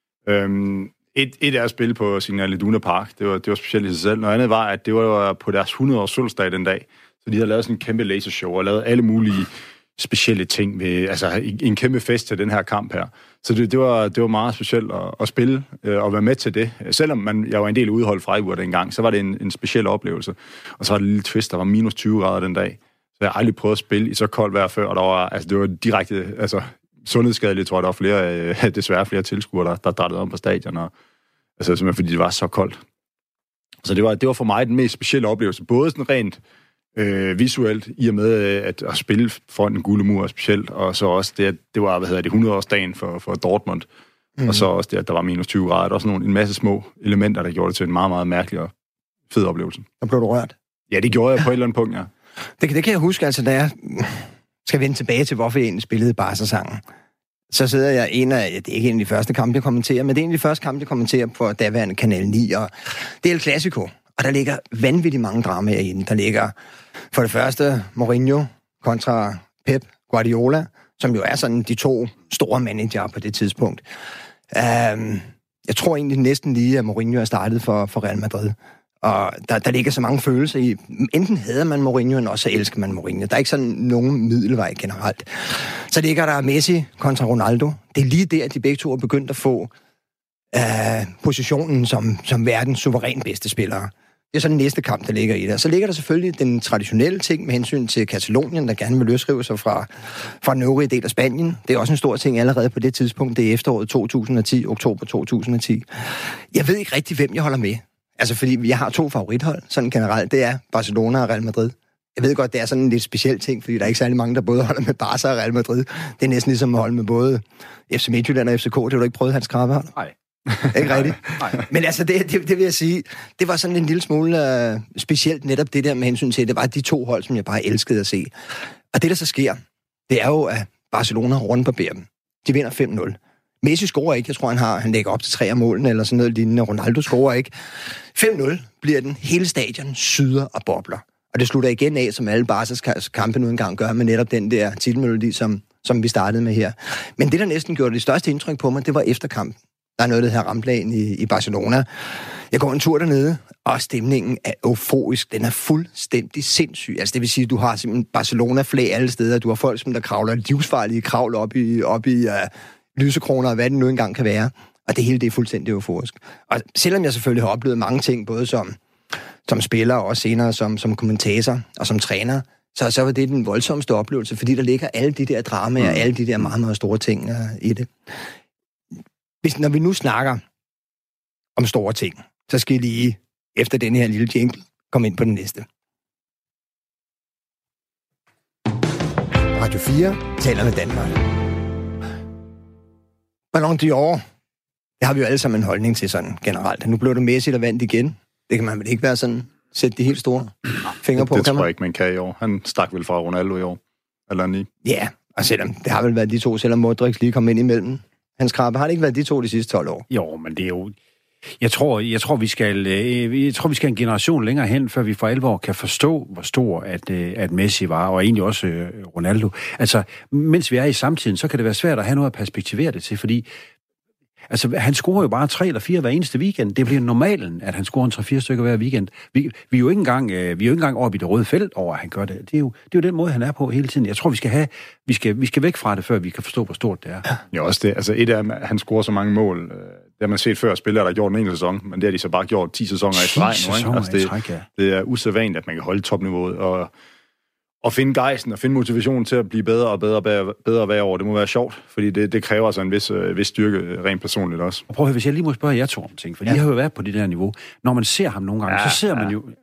Et er at spille på Signal Iduna Park. Det var specielt i sig selv. Noget andet var, at det var på deres 100-års fødselsdag den dag. Så de havde lavet sådan en kæmpe lasershow og lavet alle mulige specielle ting ved, altså en kæmpe fest til den her kamp her. Så det var meget specielt at spille og være med til det. Selvom jeg var en del udhold Freiburg dengang, så var det en speciel oplevelse. Og så var det en lille twist, der var minus 20 grader den dag. Så jeg har aldrig prøvet at spille i så koldt vejr før, og det var direkte sundhedsskadeligt, tror jeg, der var desværre flere tilskuere, der drattede om på stadion, og, altså simpelthen fordi det var så koldt. Så det var for mig den mest specielle oplevelse, både sådan rent visuelt, i og med at spille foran en gule mur specielt, og så også det var 100-årsdagen for Dortmund, og så også det, at der var minus 20 grader. Der var også en masse små elementer, der gjorde det til en meget, meget mærkelig og fed oplevelse. Og blev du rørt? Ja, det gjorde jeg på et eller andet punkt, ja. Det kan jeg huske, altså, da jeg skal vende tilbage til, hvorfor jeg egentlig spillede Barca-sangen. Så sidder jeg det er ikke en af de første kampe, jeg kommenterer, men det er en af de første kampe, jeg kommenterer på daværende Kanal 9, og det er El Clasico. Og der ligger vanvittigt mange dramaer inde. Der ligger for det første Mourinho kontra Pep Guardiola, som jo er sådan de to store manager på det tidspunkt. Jeg tror egentlig næsten lige, at Mourinho er startet for Real Madrid. Og der ligger så mange følelser i. Enten hader man Mourinho, eller også elsker man Mourinho. Der er ikke sådan nogen middelvej generelt. Så ligger der Messi kontra Ronaldo. Det er lige der, at de begge to er begyndt at få positionen som verdens suveræn bedste spillere. Det er så den næste kamp, der ligger i det. Så ligger der selvfølgelig den traditionelle ting med hensyn til Katalonien, der gerne vil løsrive sig fra den øvrige del af Spanien. Det er også en stor ting allerede på det tidspunkt. Det er efteråret 2010, oktober 2010. Jeg ved ikke rigtig, hvem jeg holder med. Altså, fordi jeg har 2 favorithold, sådan generelt. Det er Barcelona og Real Madrid. Jeg ved godt, det er sådan en lidt speciel ting, fordi der er ikke særlig mange, der både holder med Barca og Real Madrid. Det er næsten ligesom at holde med både FC Midtjylland og FCK. Det har du ikke prøvet, Hans Krabbe? Nej. Ikke rigtigt? Nej. Men altså, det vil jeg sige, det var sådan en lille smule specielt netop det der med hensyn til, det var de 2 hold, som jeg bare elskede at se. Og det, der så sker, det er jo, at Barcelona rundbarberer dem. De vinder 5-0. Messi scorer ikke. Jeg tror, han lægger op til 3 af målene, eller sådan noget lignende. Ronaldo scorer ikke. 5-0 bliver den. Hele stadion syder og bobler. Og det slutter igen af, som alle Barca's kampe nu engang gør, med netop den der titelmelodi, som vi startede med her. Men det, der næsten gjorde det største indtryk på mig, det var efterkampen. Der er noget, der hedder Ramplanen i Barcelona. Jeg går en tur dernede, og stemningen er euforisk. Den er fuldstændig sindssyg. Altså det vil sige, at du har simpelthen Barcelona-flag alle steder. Du har folk, der kravler livsfarlige kravl op i lysekroner, og hvad det nu engang kan være. Og det hele, det er fuldstændig euforisk. Og selvom jeg selvfølgelig har oplevet mange ting, både som spiller og også senere som kommentator og som træner, så var det den voldsomste oplevelse, fordi der ligger alle de der dramaer, alle de der meget, meget store ting i det. Når vi nu snakker om store ting, så skal I lige, efter den her lille jingle, komme ind på den næste. Radio 4 taler med Danmark. Ballon d'Or, det har vi jo alle sammen en holdning til sådan generelt. Nu blev det Messi, der vandt igen. Det kan man vel ikke være sådan, sætte de helt store fingre på, det tror jeg ikke, man kan i år. Han stak vel fra Ronaldo i år. Eller ni. Ja, og selvom det har vel været de to, selvom Modric lige kom ind imellem. Hans Krabbe, har det ikke været de to de sidste 12 år? Jo, men det er jo... Jeg tror, vi skal en generation længere hen, før vi for alvor kan forstå, hvor stor at Messi var, og egentlig også Ronaldo. Altså, mens vi er i samtiden, så kan det være svært at have noget at perspektivere det til, fordi altså, han scorer jo bare 3 eller 4 hver eneste weekend. Det bliver normalen, at han scorer 3-4 stykker hver weekend. Vi er jo ikke engang oppe i det røde felt over, at han gør det. Det er jo den måde, han er på hele tiden. Jeg tror, vi skal væk fra det, før vi kan forstå, hvor stort det er. Ja, også det. Altså, et af han scorer så mange mål. Det har man set før, spillere, der har gjort en enkelt sæson, men det har de så bare gjort 10 sæsoner i streg nu. Altså, det er usædvanligt, at man kan holde topniveauet og finde gejsten og finde motivationen til at blive bedre og bedre hver år. Det må være sjovt, fordi det kræver altså en vis styrke rent personligt også. Og prøv at høre, hvis jeg lige må spørge jer to om ting, for I har jo været på det der niveau. Når man ser ham nogle gange, så ser man jo...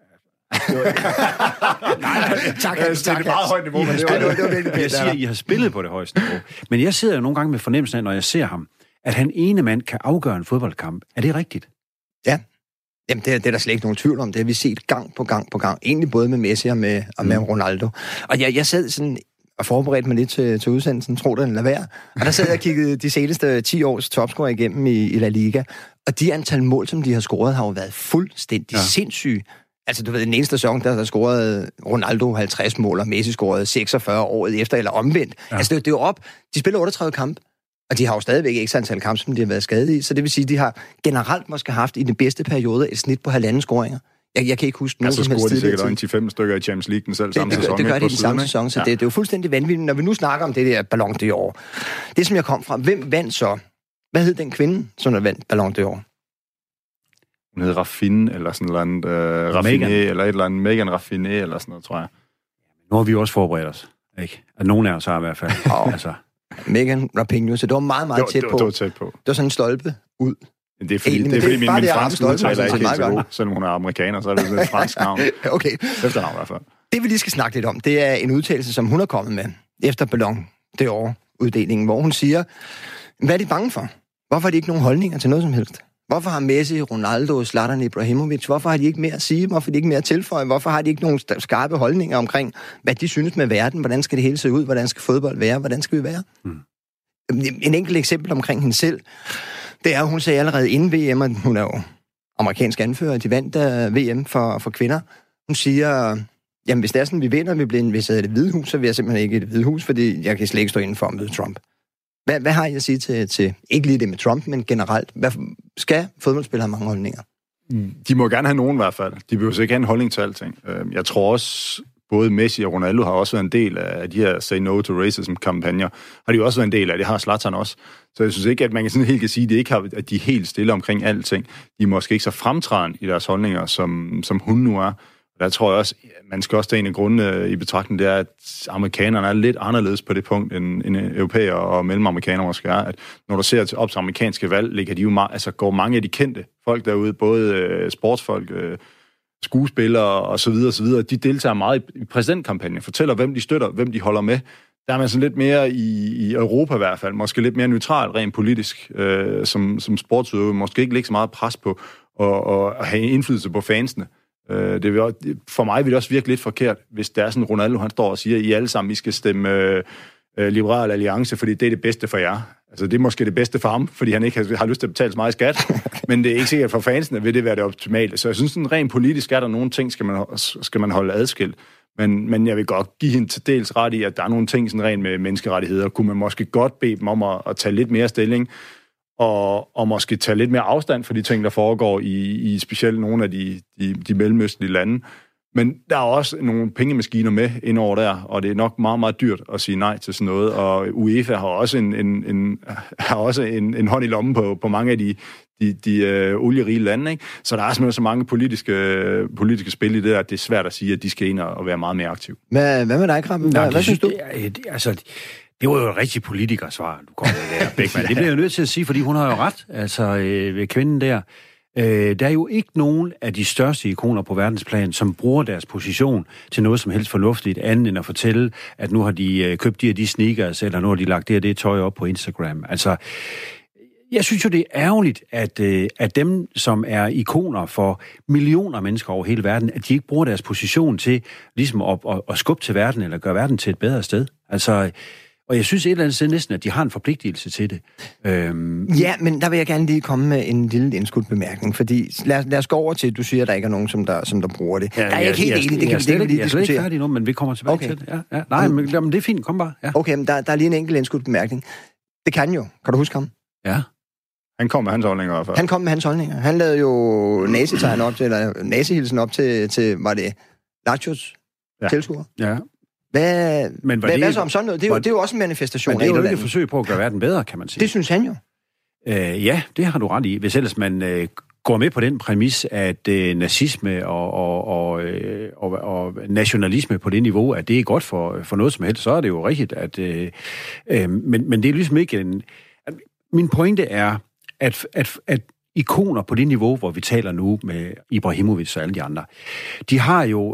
Tak. Det er et meget højt niveau, men jeg siger, I har spillet på det højeste niveau. Men jeg sidder jo nogle gange med fornemmelsen af, når jeg ser ham, at han ene mand kan afgøre en fodboldkamp. Er det rigtigt? Ja. Jamen, det er der slet ikke nogen tvivl om. Det har vi set gang på gang. Egentlig både med Messi og med Ronaldo. Og jeg sad sådan og forberedte mig lidt til udsendelsen, tro det eller være. Og der sad jeg og kiggede de seneste 10 års topscorer igennem i La Liga. Og de antal mål, som de har scoret, har jo været fuldstændig sindssyge. Altså, du ved, den eneste sæson, der scorede Ronaldo 50 mål, og Messi scorede 46 året efter, eller omvendt. Ja. Altså, det er jo op. De spiller 38 kampe. Og de har jo stadigvæk ikke så antal kampe, som de har været skadet i. Så det vil sige, at de har generelt måske haft i den bedste periode et snit på 1,5 scoringer. Jeg kan ikke huske nogen som helst tidligere. Så scorer de sikkert 10-5 stykker i Champions League den selv samme sæson. Det gør de i den samme sæson, så det er jo fuldstændig vanvittigt. Når vi nu snakker om det der Ballon d'Or, det som jeg kom fra, hvem vandt så? Hvad hed den kvinde, som der vandt Ballon d'Or? Hun hed Raffine, eller sådan noget Raffiné, eller et eller andet Megan Raffiné, eller sådan noget, tror jeg. Nu har vi også forberedt os, ikke? At nogen af os har i hvert fald. Altså... Megan Rapinoe, så det var meget, meget tæt på. Det var tæt på. Det var sådan en stolpe ud. Det er fordi min franske udtaler ikke helt så god. Selvom hun er amerikaner, så er det sådan et fransk navn. Okay. Efternavn i hvert fald. Det vi lige skal snakke lidt om, det er en udtalelse, som hun er kommet med efter Ballon d'Or-uddelingen, hvor hun siger, hvad er de bange for? Hvorfor har de ikke nogen holdninger til noget som helst? Hvorfor har Messi, Ronaldo, Zlatan Ibrahimovic, hvorfor har de ikke mere at sige? Hvorfor har de ikke mere at tilføje? Hvorfor har de ikke nogen skarpe holdninger omkring, hvad de synes med verden? Hvordan skal det hele se ud? Hvordan skal fodbold være? Hvordan skal vi være? En enkelt eksempel omkring hende selv, det er, hun sagde allerede inden VM, og hun er jo amerikansk anfører, de vandt VM for kvinder. Hun siger, jamen hvis det er sådan, vi vinder, vi bliver investeret i Det Hvide Hus, så vil jeg simpelthen ikke i Det Hvide Hus, fordi jeg kan slet ikke stå inden for at møde Trump. Hvad har jeg at sige til ikke lige det med Trump, men generelt? Skal fodboldspillere have mange holdninger? De må gerne have nogen i hvert fald. De vil jo ikke have en holdning til alting. Jeg tror også, både Messi og Ronaldo har også været en del af de her Say No to Racism-kampagner. Har de jo også været en del af. Det har Zlatan også. Så jeg synes ikke, at man sådan helt kan sige, at de er helt stille omkring alting. De er måske ikke så fremtrædende i deres holdninger, som hun nu er. Der tror jeg også, man skal også tage en af grundene i betragtning, det er, at amerikanerne er lidt anderledes på det punkt, end europæer og mellemamerikanere måske er. At når du ser op til amerikanske valg, ligger de jo går mange af de kendte folk derude, både sportsfolk, skuespillere og så videre, de deltager meget i præsidentkampagnen, fortæller, hvem de støtter, hvem de holder med. Der er man sådan lidt mere i Europa i hvert fald, måske lidt mere neutral, rent politisk, som sportsudøver, måske ikke lægge så meget pres på at have indflydelse på fansene. For mig vil det også virke lidt forkert, hvis det er sådan, Ronaldo han står og siger, I alle sammen, I skal stemme Liberal Alliance, fordi det er det bedste for jer. Altså, det er måske det bedste for ham, fordi han ikke har lyst til at betale så meget skat, men det er ikke sikkert for fansene, vil det være det optimale. Så jeg synes, sådan rent politisk er der nogle ting, skal man holde adskilt. Men jeg vil godt give hende til dels ret i, at der er nogle ting sådan rent med menneskerettigheder. Kunne man måske godt bede dem om at tage lidt mere stilling, og måske tage lidt mere afstand for de ting, der foregår i specielt nogle af de mellemøstlige lande. Men der er også nogle pengemaskiner med indover der, og det er nok meget, meget dyrt at sige nej til sådan noget. Og UEFA har også en hånd i lommen på mange af de olierige lande, ikke? Så der er simpelthen så mange politiske spil i det, at det er svært at sige, at de skal ind og være meget mere aktive. Hvad med dig, Krabben? Hvad synes du? Det var jo et rigtig politikersvar, du kom med der, Bækman. Det bliver jeg nødt til at sige, fordi hun har jo ret, ved kvinden der. Der er jo ikke nogen af de største ikoner på verdensplan, som bruger deres position til noget som helst fornuftigt, andet end at fortælle, at nu har de købt de sneakers, eller nu har de lagt det tøj op på Instagram. Altså, jeg synes jo, det er ærgerligt, at dem, som er ikoner for millioner af mennesker over hele verden, at de ikke bruger deres position til ligesom at skubbe til verden, eller gøre verden til et bedre sted. Altså, og jeg synes et eller andet sted næsten, at de har en forpligtelse til det. Ja, men der vil jeg gerne lige komme med en lille indskudt bemærkning, fordi lad os gå over til, du siger, at der ikke er nogen, som der bruger det. Ja, der er ikke helt enig, det kan vi lige diskutere. Jeg er slet ikke færdig nu, men vi kommer tilbage til det. Ja. Nej, men det er fint, kom bare. Ja. Okay, men der er lige en enkelt indskudt bemærkning. Det kan jo. Kan du huske ham? Ja. Han kom med hans holdninger i hvert fald. Han kom med hans holdninger. Han lavede jo nazitegn op til, eller nazihilsen op til var det Lazios tilskuer? Ja. Hvad så om sådan noget? Det er jo også en manifestation. Men det er jo ikke et forsøg på at gøre verden bedre, kan man sige. Det synes han jo. Ja, det har du ret i. Hvis ellers man går med på den præmis, at nazisme og nationalisme på det niveau, at det er godt for noget som helst, så er det jo rigtigt. Men det er ligesom ikke en... Min pointe er, at ikoner på det niveau, hvor vi taler nu med Ibrahimovic og alle de andre, de har jo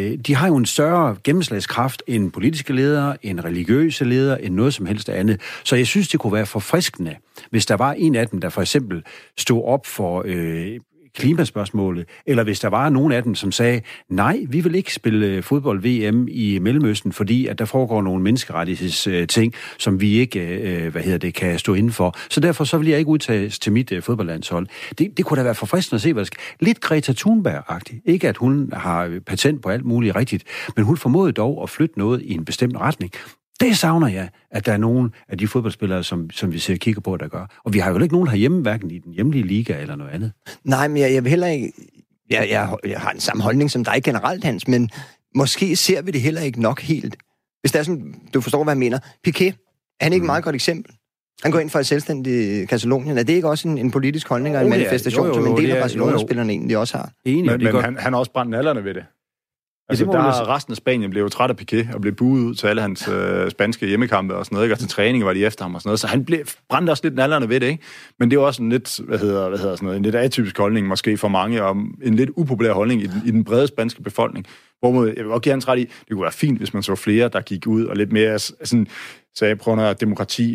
en større gennemslagskraft end politiske ledere, end religiøse ledere, end noget som helst andet. Så jeg synes, det kunne være forfriskende, hvis der var en af dem, der for eksempel stod op for klimaspørgsmålet, eller hvis der var nogen af dem, som sagde, nej, vi vil ikke spille fodbold-VM i Mellemøsten, fordi at der foregår nogle menneskerettighedsting, som vi ikke kan stå inden for. Så derfor så vil jeg ikke udtages til mit fodboldlandshold. Det kunne da være forfriskende at se, hvad det skal. Lidt Greta Thunberg-agtigt. Ikke at hun har patent på alt muligt rigtigt, men hun formåede dog at flytte noget i en bestemt retning. Det savner jeg, at der er nogen af de fodboldspillere, som vi ser kigger på, der gør. Og vi har jo ikke nogen herhjemme, hverken i den hjemlige liga eller noget andet. Nej, men jeg vil heller ikke... Jeg har en samme holdning som dig generelt, Hans, men måske ser vi det heller ikke nok helt. Hvis det er sådan, du forstår, hvad jeg mener. Piqué, er han ikke et meget godt eksempel? Han går ind for et selvstændigt Katalonien. Er det ikke også en politisk holdning og en manifestation, som en del af Barcelona-spillerne egentlig også har? Men han har også brændt nallerne ved det. Altså, resten af Spanien blev jo træt af Piqué og blev buet ud til alle hans spanske hjemmekampe og sådan noget, ikke? Og til træning var de efter ham og sådan noget, så han brændte også lidt nallerne ved det, ikke? Men det er jo også en lidt, en lidt atypisk holdning måske for mange, og en lidt upopulær holdning i den brede spanske befolkning. Hvorimod, jeg vil også give hans ret i, det kunne være fint, hvis man så flere, der gik ud og lidt mere sådan, sagde, prøv noget demokrati,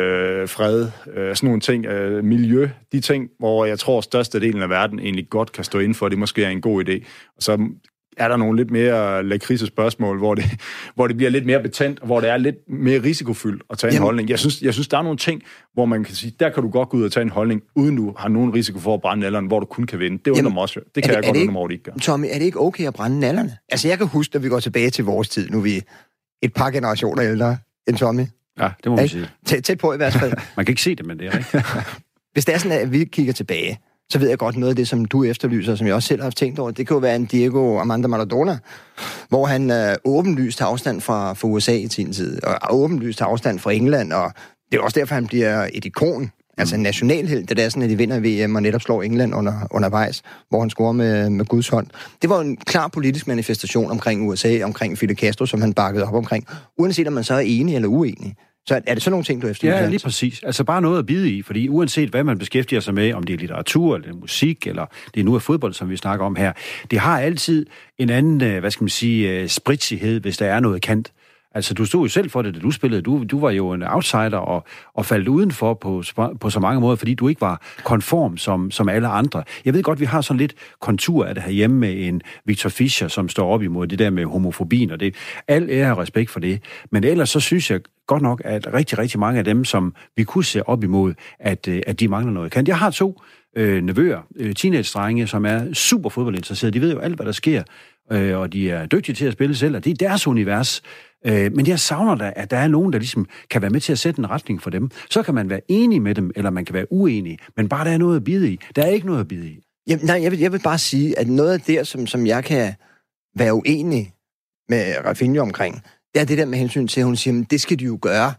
fred, sådan nogle ting, miljø, de ting, hvor jeg tror, størstedelen af verden egentlig godt kan stå inden for, det måske er en god idé. Og så er der nogle lidt mere lakridse spørgsmål, hvor det bliver lidt mere betændt, og hvor det er lidt mere risikofyldt at tage en holdning. Jeg synes, der er nogle ting, hvor man kan sige, der kan du godt gå ud og tage en holdning, uden du har nogen risiko for at brænde nallerne, hvor du kun kan vinde. Det undrer mig også. Det kan jeg godt undre mig, det ikke gør. Tommy, er det ikke okay at brænde nallerne? Altså, jeg kan huske, at vi går tilbage til vores tid, nu er vi et par generationer ældre end Tommy. Ja, det må man sige. Tæt på i hvert fald. Man kan ikke se det, men det er rigtigt. Hvis det er sådan, at vi kigger tilbage, så ved jeg godt noget af det, som du efterlyser, som jeg også selv har tænkt over. Det kan jo være en Diego Armando Maradona, hvor han åbenlyst tager afstand fra USA i sin tid, og åbenlyst tager afstand fra England, og det er også derfor, han bliver et ikon, altså en nationalhelt. Det er sådan, at de vinder VM og netop slår England undervejs, hvor han scorer med Guds hånd. Det var en klar politisk manifestation omkring USA, omkring Fidel Castro, som han bakkede op omkring, uanset om man så er enig eller uenig. Så er det sådan nogle ting, du efterlyser? Ja, lige præcis. Altså bare noget at bide i, fordi uanset hvad man beskæftiger sig med, om det er litteratur, eller musik, eller det er nu af fodbold, som vi snakker om her, det har altid en anden, spritsighed, hvis der er noget kant. Altså, du stod jo selv for det, da du spillede. Du var jo en outsider og faldt udenfor på så mange måder, fordi du ikke var konform som alle andre. Jeg ved godt, vi har sådan lidt kontur af det herhjemme med en Victor Fischer, som står op imod det der med homofobien, og det. Al ære og respekt for det. Men ellers så synes jeg godt nok, at rigtig, rigtig mange af dem, som vi kunne se op imod, at de mangler noget kant. Jeg har 2 nevøer, teenage-drenge, som er super fodboldinteresserede. De ved jo alt, hvad der sker, og de er dygtige til at spille selv, og det er deres univers. Men jeg savner da, at der er nogen, der ligesom kan være med til at sætte en retning for dem. Så kan man være enig med dem, eller man kan være uenig, men bare der er noget at bide i. Der er ikke noget at bide i. Jamen, nej, jeg vil bare sige, at noget af det, som jeg kan være uenig med Rafinha omkring, det er det der med hensyn til, at hun siger, det skal de jo gøre.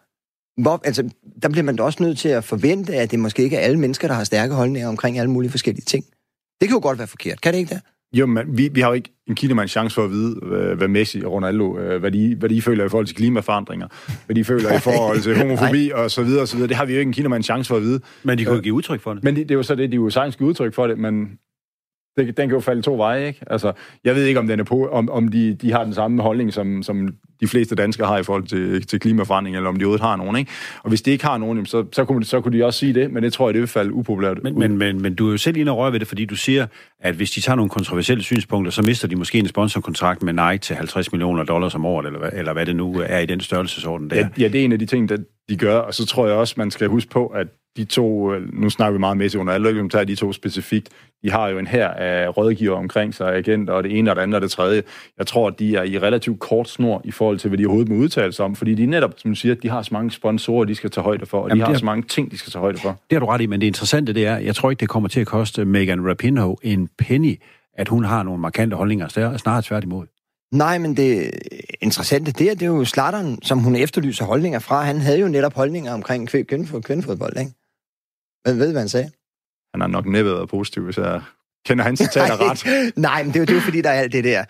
Der bliver man da også nødt til at forvente, at det måske ikke er alle mennesker, der har stærke holdninger omkring alle mulige forskellige ting. Det kan jo godt være forkert, kan det ikke det? Jo, men vi har jo ikke en kinamands chance for at vide, hvad Messi og Ronaldo, hvad de føler i forhold til klimaforandringer, hvad de føler i forhold til homofobi og så videre, og så videre. Det har vi jo ikke en kinamands chance for at vide. Men de kunne give udtryk for det. Men det er jo så det, de jo sagtens give udtryk for det, men den kan jo falde 2 veje, ikke? Altså, jeg ved ikke, om den er på, om de har den samme holdning, som de fleste danskere har i forhold til klimaforandring, eller om de overhovedet har nogen, ikke? Og hvis de ikke har nogen, så kunne de også sige det, men det tror jeg, det vil falde upopulært. Men du er jo selv inde og røre ved det, fordi du siger, at hvis de tager nogle kontroversielle synspunkter, så mister de måske en sponsorkontrakt med Nike til $50 million om året, eller hvad det nu er i den størrelsesorden der. Ja, det er en af de ting, der de gør, og så tror jeg også, man skal huske på, at de 2, nu snakker vi meget Messi under alle, tager de 2 specifikt, de har jo en her af rådgiver omkring sig, agenter, og det ene og det andet og det tredje. Jeg tror, at de er i relativt kort snor i forhold til, hvad de overhovedet må udtale sig om, fordi de netop, som du siger, de har så mange sponsorer, de skal tage højde for, og de har så mange ting, de skal tage højde for. Det har du ret i, men det interessante det er, jeg tror ikke, det kommer til at koste Megan Rapinoe en penny, at hun har nogle markante holdninger, snart tværtimod. Nej, men det interessante det er jo Zlatan, som hun efterlyser holdninger fra. Han havde jo netop holdninger omkring kvindefodbold, ikke? Men ved hvad han sagde? Han har nok næppe været positiv, hvis jeg kender hans citater ret. Nej, men det er jo fordi, der er alt det der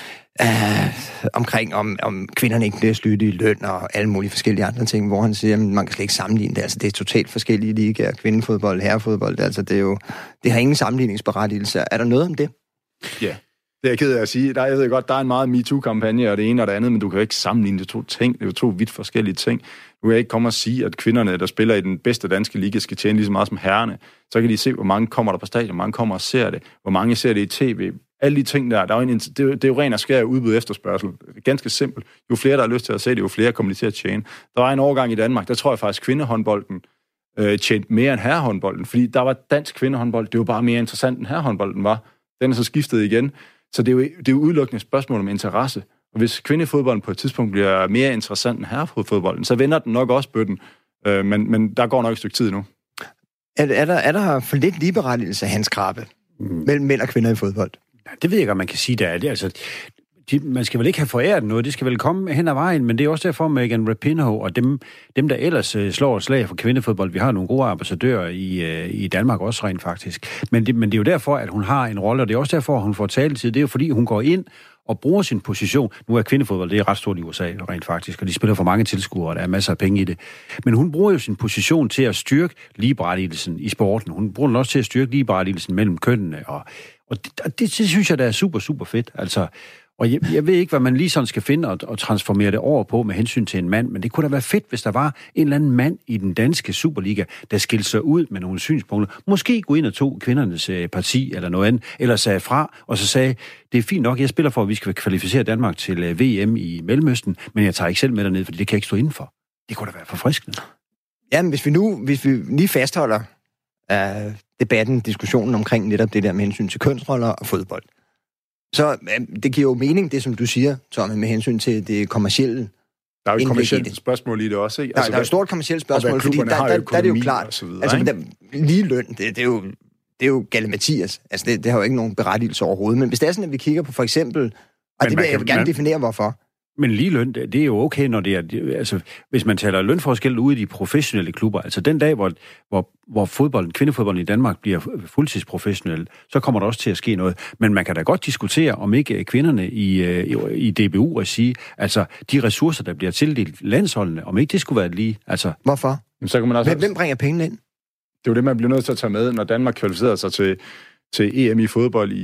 omkring, om kvinderne ikke bliver slyttet i løn og alle mulige forskellige andre ting, hvor han siger, at man kan slet ikke sammenligne det. Altså, det er totalt forskellige ligaer, kvindefodbold, herrefodbold. Altså, det har ingen sammenligningsberettigelse. Er der noget om det? Ja. Yeah. Det er jeg ked af at sige. Jeg ved godt, der er en meget MeToo-kampagne, og det ene og det andet, men du kan jo ikke sammenligne de 2 ting. Det er jo 2 vidt forskellige ting. Nu kan jeg ikke komme og sige, at kvinderne, der spiller i den bedste danske liga, skal tjene lige så meget som herrerne. Så kan de se, hvor mange kommer der på stadion, hvor mange kommer og ser det, hvor mange ser det i tv. Alle de ting der er jo det er jo ren og skær udbud efterspørgsel. Ganske simpelt. Jo flere, der har lyst til at se det, jo flere kommer de til at tjene. Der var en overgang i Danmark, der tror jeg faktisk, kvindehåndbolden tjente mere end herrehåndbolden, fordi der var dansk kvindehåndbold, det var bare mere interessant, end herrehåndbolden var. Den er så skiftet igen. Så det er jo udelukkende et spørgsmål om interesse. Og hvis kvindefodbolden på et tidspunkt bliver mere interessant end herrefodbolden, så vender den nok også bøtten. Men der går nok et stykke tid nu. Er der for lidt ligeberettigelse af Hans Krabbe mellem mænd og kvinder i fodbold? Det ved jeg ikke, om man kan sige, der er det. Altså, man skal vel ikke have foræret noget, det skal vel komme hen ad vejen, men det er også derfor, Megan Rapinoe og dem der ellers slår et slag for kvindefodbold, vi har nogle gode ambassadører i Danmark også rent faktisk. Men det er jo derfor, at hun har en rolle, og det er også derfor, at hun får taletid. Det er jo fordi, hun går ind og bruger sin position. Nu er kvindefodbold, det er ret stort i USA rent faktisk, og de spiller for mange tilskuere, og der er masser af penge i det. Men hun bruger jo sin position til at styrke ligeberettigelsen i sporten. Hun bruger den også til at styrke ligeberettigelsen mellem kønnene, og det synes jeg, der er super, super fedt. Altså, og jeg ved ikke, hvad man lige sådan skal finde og transformere det over på med hensyn til en mand, men det kunne da være fedt, hvis der var en eller anden mand i den danske Superliga, der skilte sig ud med nogle synspunkter. Måske gå ind og tog kvindernes parti eller noget andet, eller sagde fra, og så sagde, det er fint nok, jeg spiller for, at vi skal kvalificere Danmark til VM i Mellemøsten, men jeg tager ikke selv med derned, fordi det kan jeg ikke stå indenfor. Det kunne da være forfriskende. Jamen, hvis vi lige fastholder debatten, diskussionen omkring netop det der med hensyn til kønsroller og fodbold, så det giver jo mening, det som du siger, Tommy, med hensyn til det kommercielle. Der er jo et kommercielt spørgsmål i det også, ikke? Altså, der er jo et stort kommercielt spørgsmål, fordi der er det jo klart. Videre, altså, lige løn, det er jo galimatias. Altså, det har jo ikke nogen berettigelse overhovedet. Men hvis det er sådan, at vi kigger på for eksempel, og det vil jeg gerne definere, hvorfor. Men ligeløn, det er jo okay, når det er... Altså, hvis man taler lønforskel ude i de professionelle klubber, altså den dag, hvor kvindefodbolden i Danmark bliver fuldtidsprofessionel, så kommer der også til at ske noget. Men man kan da godt diskutere, om ikke kvinderne i DBU-regi, altså de ressourcer, der bliver tildelt landsholdene, om ikke det skulle være lige... Altså, hvorfor? Så kan man også... Hvem bringer pengene ind? Det er jo det, man bliver nødt til at tage med, når Danmark kvalificerer sig til EM i fodbold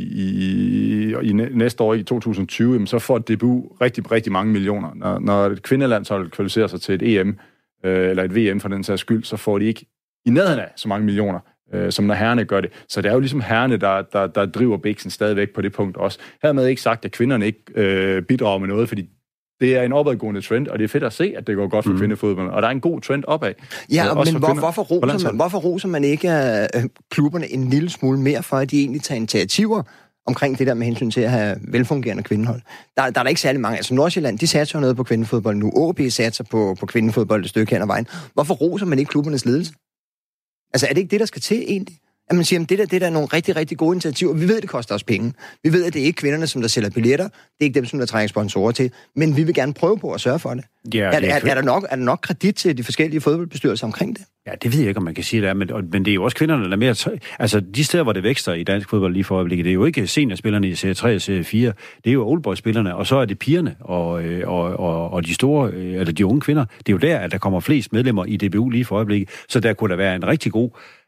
i næste år i 2020, jamen, så får DBU rigtig, rigtig mange millioner. Når et kvindelandshold kvalificerer sig til et EM, eller et VM for den sags skyld, så får de ikke i nærheden af så mange millioner, som når herrerne gør det. Så det er jo ligesom herrerne, der driver biksen stadigvæk på det punkt også. Hermed ikke sagt, at kvinderne ikke bidrager med noget, fordi det er en opadgående trend, og det er fedt at se, at det går godt for kvindefodbold, og der er en god trend opad. Ja, men hvorfor roser man ikke klubberne en lille smule mere for, at de egentlig tager initiativer omkring det der med hensyn til at have velfungerende kvindehold? Der er der ikke særlig mange. Altså Nordsjælland, de satser jo noget på kvindefodbold nu. OB satser på kvindefodbold et stykke hen ad vejen. Hvorfor roser man ikke klubbernes ledelse? Altså er det ikke det, der skal til egentlig? At man siger, at det der er nogle rigtig, rigtig gode initiativer. Vi ved, at det koster os penge. Vi ved, at det er ikke kvinderne, som der sælger billetter. Det er ikke dem, som der trækker sponsorer til. Men vi vil gerne prøve på at sørge for det. Ja, er der nok kredit til de forskellige fodboldbestyrelser omkring det? Ja, det ved jeg ikke, om man kan sige det er, men det er jo også kvinderne, der er mere... Altså, de steder, hvor det vækster i dansk fodbold lige for øjeblikket, det er jo ikke seniorspillerne i serie 3 og serie 4, det er jo oldboy-spillerne, og så er det pigerne og de store, eller de unge kvinder. Det er jo der, at der kommer flest medlemmer i DBU lige for øjeblikket, så der kunne der være et rigtig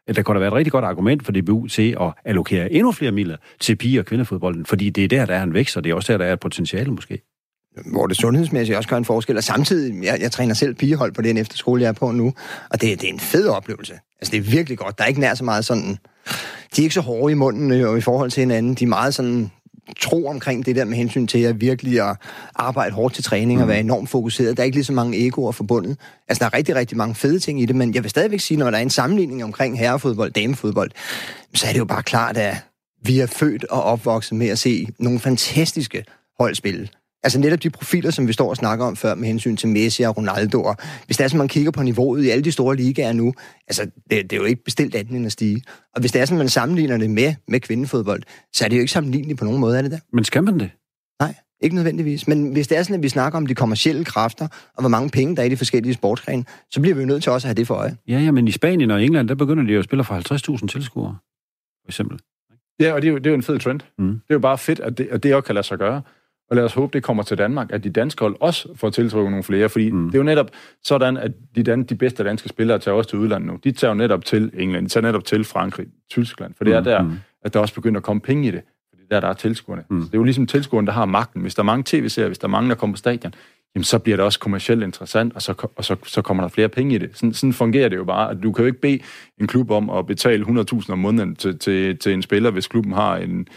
godt argument for DBU til at allokere endnu flere midler til pige- og kvindefodbolden, fordi det er der er en vækst, og det er også der er et potentiale måske. Hvor det sundhedsmæssigt også gør en forskel, og samtidig, jeg træner selv pigehold på den efterskole, jeg er på nu, og det er en fed oplevelse. Altså, det er virkelig godt. Der er ikke nær så meget sådan... De er ikke så hårde i munden i forhold til hinanden. De er meget sådan tro omkring det der med hensyn til at virkelig at arbejde hårdt til træning og være enormt fokuseret. Der er ikke lige så mange egoer forbundet. Altså, der er rigtig, rigtig mange fede ting i det, men jeg vil stadigvæk sige, når der er en sammenligning omkring herrefodbold, damefodbold, så er det jo bare klart, at vi er født og opvokset med at se nogle fantastiske holdspil. Altså netop de profiler, som vi står og snakker om før med hensyn til Messi og Ronaldo. Og hvis det er sådan, man kigger på niveauet i alle de store ligaer nu, altså det er jo ikke bestilt andet end at stige. Og hvis det er sådan, man sammenligner det med kvindefodbold, så er det jo ikke sammenligneligt på nogen måde, er det der? Men skal man det? Nej, ikke nødvendigvis. Men hvis det er sådan, at vi snakker om de kommercielle kræfter, og hvor mange penge der er i de forskellige sportsgrene, så bliver vi jo nødt til også at have det for øje. Ja, men i Spanien og England, der begynder de jo at spille for 50.000 tilskuere, for eksempel. Ja, og det er jo en fed trend. Det er jo bare fedt, at det også kan lade sig gøre. Og lad os håbe, det kommer til Danmark, at de danske hold også får tiltrukket nogle flere, fordi det er jo netop sådan, at de bedste danske spillere tager også til udlandet nu. De tager jo netop til England, de tager netop til Frankrig, Tyskland, for det er der, at der også begynder at komme penge i det. Fordi der er tilskuerne. Så det er jo ligesom tilskuerne, der har magten. Hvis der er mange tv-serier, hvis der er mange, der kommer på stadion, jamen så bliver det også kommercielt interessant, og så kommer der flere penge i det. Sådan fungerer det jo bare, at du kan jo ikke bede en klub om at betale 100.000 om måneden til en spiller, hvis klubben har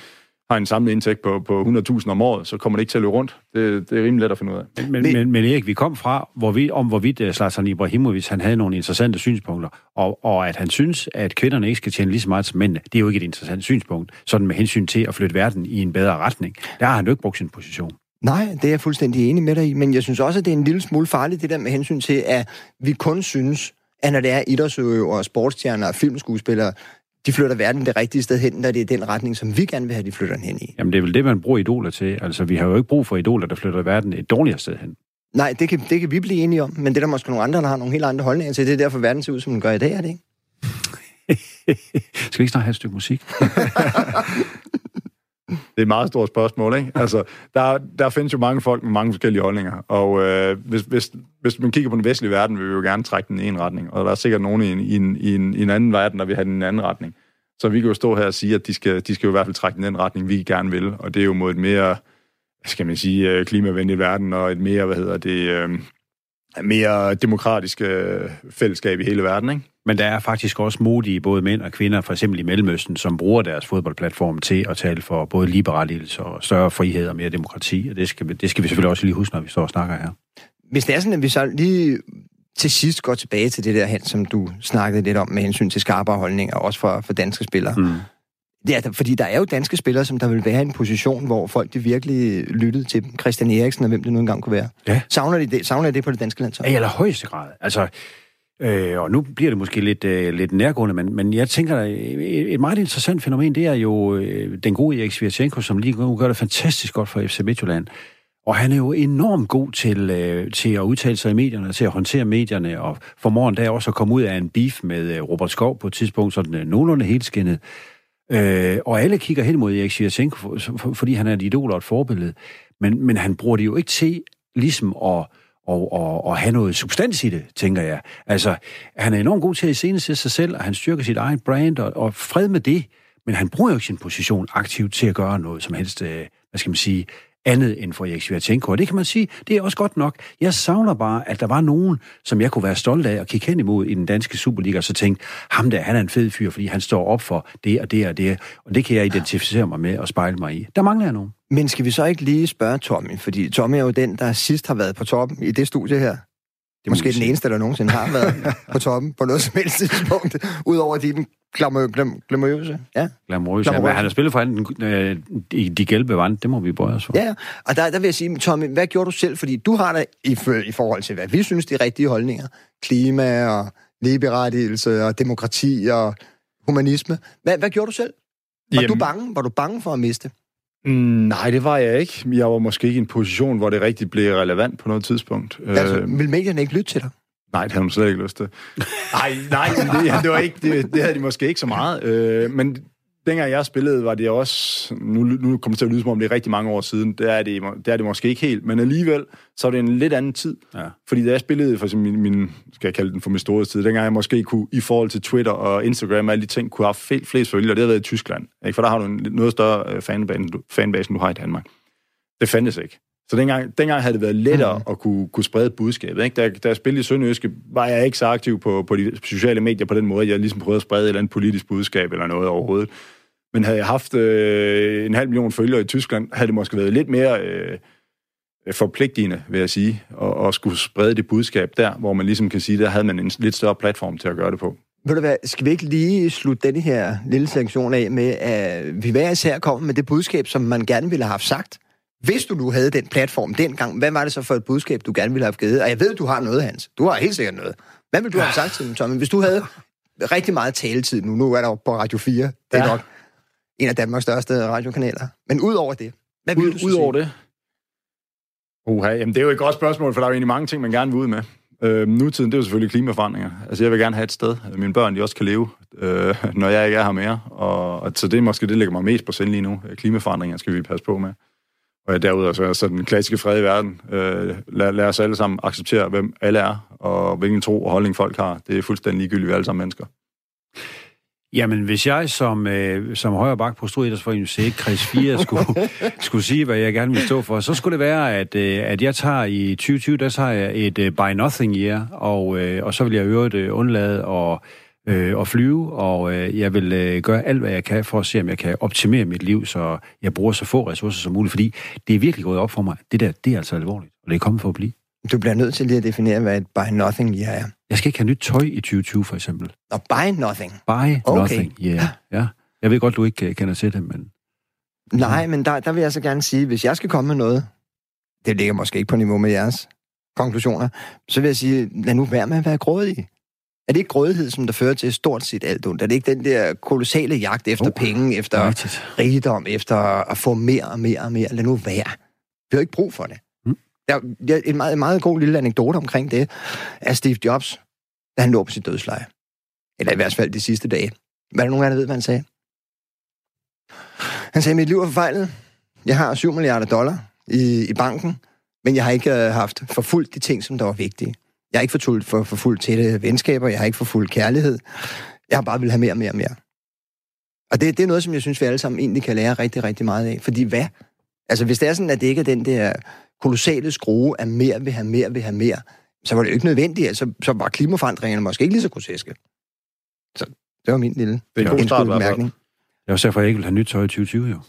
en samlet indtægt på 100.000 om året, så kommer det ikke til at løbe rundt. Det er rimelig let at finde ud af. Men Erik, vi kom fra, hvorvidt Zlatan Ibrahimovic, han havde nogle interessante synspunkter, og at han synes, at kvinderne ikke skal tjene lige så meget som mændene, det er jo ikke et interessant synspunkt, sådan med hensyn til at flytte verden i en bedre retning. Der har han jo ikke brugt sin position. Nej, det er jeg fuldstændig enig med dig i, men jeg synes også, at det er en lille smule farligt, det der med hensyn til, at vi kun synes, at når det er idrætsudøvere, sportsstjerner og filmskuespillere, de flytter verden det rigtige sted hen, når det er den retning, som vi gerne vil have, de flytter hen i. Jamen, det er vel det, man bruger idoler til. Altså, vi har jo ikke brug for idoler, der flytter verden et dårligere sted hen. Nej, det kan vi blive enige om, men det er der måske nogle andre, der har nogle helt andre holdninger til. Det er derfor, verden ser ud, som den gør i dag, er det ikke? Skal vi ikke snart have et stykke musik? Det er et meget stort spørgsmål, ikke? Altså, der findes jo mange folk med mange forskellige holdninger, og hvis man kigger på den vestlige verden, vil vi jo gerne trække den i en retning, og der er sikkert nogen i en anden verden, der vil have den i en anden retning. Så vi kan jo stå her og sige, at de skal jo i hvert fald trække den retning, vi gerne vil, og det er jo mod et mere, skal man sige, klimavenligt verden, og et mere, mere demokratisk fællesskab i hele verden, ikke? Men der er faktisk også modige både mænd og kvinder, for eksempel i Mellemøsten, som bruger deres fodboldplatform til at tale for både liberalisme og større frihed og mere demokrati, og det skal vi selvfølgelig også lige huske, når vi står og snakker her. Hvis det er sådan, at vi så lige til sidst går tilbage til det der hen, som du snakkede lidt om med hensyn til skarpere holdninger, også for danske spillere. Det er, fordi der er jo danske spillere, som der vil være i en position, hvor folk de virkelig lyttede til dem. Christian Eriksen og hvem det nu engang kunne være. Ja. Savner I det på det danske land så? Ja, i allerhøjeste grad. Altså, og nu bliver det måske lidt nærgående, men jeg tænker, et meget interessant fænomen, det er jo den gode Erik Svirchenko, som lige nu gør det fantastisk godt for FC Midtjylland. Og han er jo enormt god til at udtale sig i medierne, til at håndtere medierne, og formår en dag også at komme ud af en beef med Robert Skov på et tidspunkt, sådan nogenlunde helskindet. Og alle kigger hen mod Erik Svirchenko, fordi han er et idol og et forbillede. Men han bruger det jo ikke til ligesom at have noget substans i det, tænker jeg. Altså, han er enormt god til at iscenesætte sig selv, og han styrker sit eget brand, og fred med det. Men han bruger jo ikke sin position aktivt til at gøre noget som helst, andet end for Erik Sviatchenko. Og det kan man sige, det er også godt nok. Jeg savner bare, at der var nogen, som jeg kunne være stolt af at kigge hen imod i den danske Superliga, og så tænkte, ham der, han er en fed fyr, fordi han står op for det og det og det, og det kan jeg identificere mig med og spejle mig i. Der mangler jeg nogen. Men skal vi så ikke lige spørge Tommy? Fordi Tommy er jo den, der sidst har været på toppen i det studie her. Det er måske den eneste, der nogensinde har været på toppen på noget som helst tidspunkt, udover de glamourøse. Ja. Glamourøse. Ja, han har spillet for i de gælpe vand, det må vi bøje os for. Ja, og der vil jeg sige, Tommy, hvad gjorde du selv? Fordi du har da i forhold til, hvad vi synes, de rigtige holdninger, klima og ligeberettigelse og demokrati og humanisme. Hvad gjorde du selv? Var du bange for at miste? Nej, det var jeg ikke. Jeg var måske ikke i en position, hvor det rigtig blev relevant på noget tidspunkt. Altså, vil medierne ikke lytte til dig? Nej, det havde de slet ikke lyst til. Nej, det var ikke, det havde de måske ikke så meget. Men dengang jeg spillede, var det også... Nu kommer det til at lyde, som om det er rigtig mange år siden. Det er det måske ikke helt. Men alligevel, så var det en lidt anden tid. Ja. Fordi da jeg spillede, for eksempel min skal jeg kalde den for min store tid, dengang jeg måske kunne, i forhold til Twitter og Instagram og alle de ting, kunne have flest følgere. Det havde været i Tyskland. Ikke? For der har du en noget større fanbase, end du har i Danmark. Det fandtes ikke. Så dengang havde det været lettere at kunne sprede budskabet. Ikke? Da jeg spillede i Sønderjyske, var jeg ikke så aktiv på de sociale medier på den måde. Jeg ligesom prøvede at sprede et eller andet politisk budskab eller noget overhovedet. Men havde jeg haft 500.000 følgere i Tyskland, havde det måske været lidt mere forpligtende, vil jeg sige, at skulle sprede det budskab der, hvor man ligesom kan sige, der havde man en lidt større platform til at gøre det på. Ved du hvad, skal vi ikke lige slutte denne her lille sektion af med, at vi hver især kommer med det budskab, som man gerne ville have haft sagt? Hvis du nu havde den platform dengang, hvad var det så for et budskab, du gerne ville have givet? Og jeg ved, du har noget, Hans. Du har helt sikkert noget. Hvad ville du have sagt til dem, Tommy? Hvis du havde rigtig meget taletid nu er der jo på Radio 4, det er nok en af Danmarks største radiokanaler. Men ud over det, hvad ville du så sige? Ud over det? Jamen det er jo et godt spørgsmål, for der er jo egentlig mange ting, man gerne vil ud med. Nutiden, det er jo selvfølgelig klimaforandringer. Altså jeg vil gerne have et sted, mine børn, de også kan leve, når jeg ikke er her mere. Og så det er måske det, ligger mig mest på sind lige nu. Klimaforandringer skal vi passe på med. Og derudover så den klassiske fred i verden. Lad os alle sammen acceptere, hvem alle er, og hvilken tro og holdning folk har. Det er fuldstændig ligegyldigt, vi er alle sammen mennesker. Jamen, hvis jeg som højre bak på Struer Idrætsforening C, kreds 4, skulle sige, hvad jeg gerne vil stå for, så skulle det være, at jeg tager i 2020, der tager jeg et buy nothing year, og så vil jeg øvrigt undlade og flyve, og jeg vil gøre alt, hvad jeg kan for at se, om jeg kan optimere mit liv, så jeg bruger så få ressourcer som muligt, fordi det er virkelig gået op for mig. Det er altså alvorligt, og det er kommet for at blive. Du bliver nødt til lige at definere, hvad et buy nothing year er. Jeg skal ikke have nyt tøj i 2020, for eksempel. Og buy nothing? Nothing, yeah. Ja. Jeg ved godt, du ikke kender til det, men... Nej, men der vil jeg så gerne sige, hvis jeg skal komme med noget, det ligger måske ikke på niveau med jeres konklusioner, så vil jeg sige, lad nu være med at være grådig. Er det ikke grådighed, som der fører til stort set alt ondt? Er det ikke den der kolossale jagt efter penge, efter rigdom, efter at få mere og mere og mere? Lad nu være. Vi har ikke brug for det. Der er en meget, meget god lille anekdote omkring det af Steve Jobs, da han lå på sit dødsleje. Eller i hvert fald de sidste dage. Hvad er der nogen af jer, der ved, hvad han sagde? Han sagde, mit liv er forfejlet. Jeg har $7 milliarder i banken, men jeg har ikke haft forfulgt de ting, som der var vigtige. Jeg har ikke forfulgt tætte venskaber, jeg har ikke forfulgt kærlighed. Jeg har bare vil have mere og mere og mere. Og det er noget, som jeg synes, vi alle sammen egentlig kan lære rigtig, rigtig meget af. Fordi hvad? Altså, hvis det er sådan, at det ikke er den der kolossale skrue af mere vil have mere, så var det jo ikke nødvendigt. Altså, så var klimaforandringerne måske ikke lige så groteske. Så det var min lille bemærkning. Det er også derfor, jeg ikke vil have nyt tøj i 2020, jo.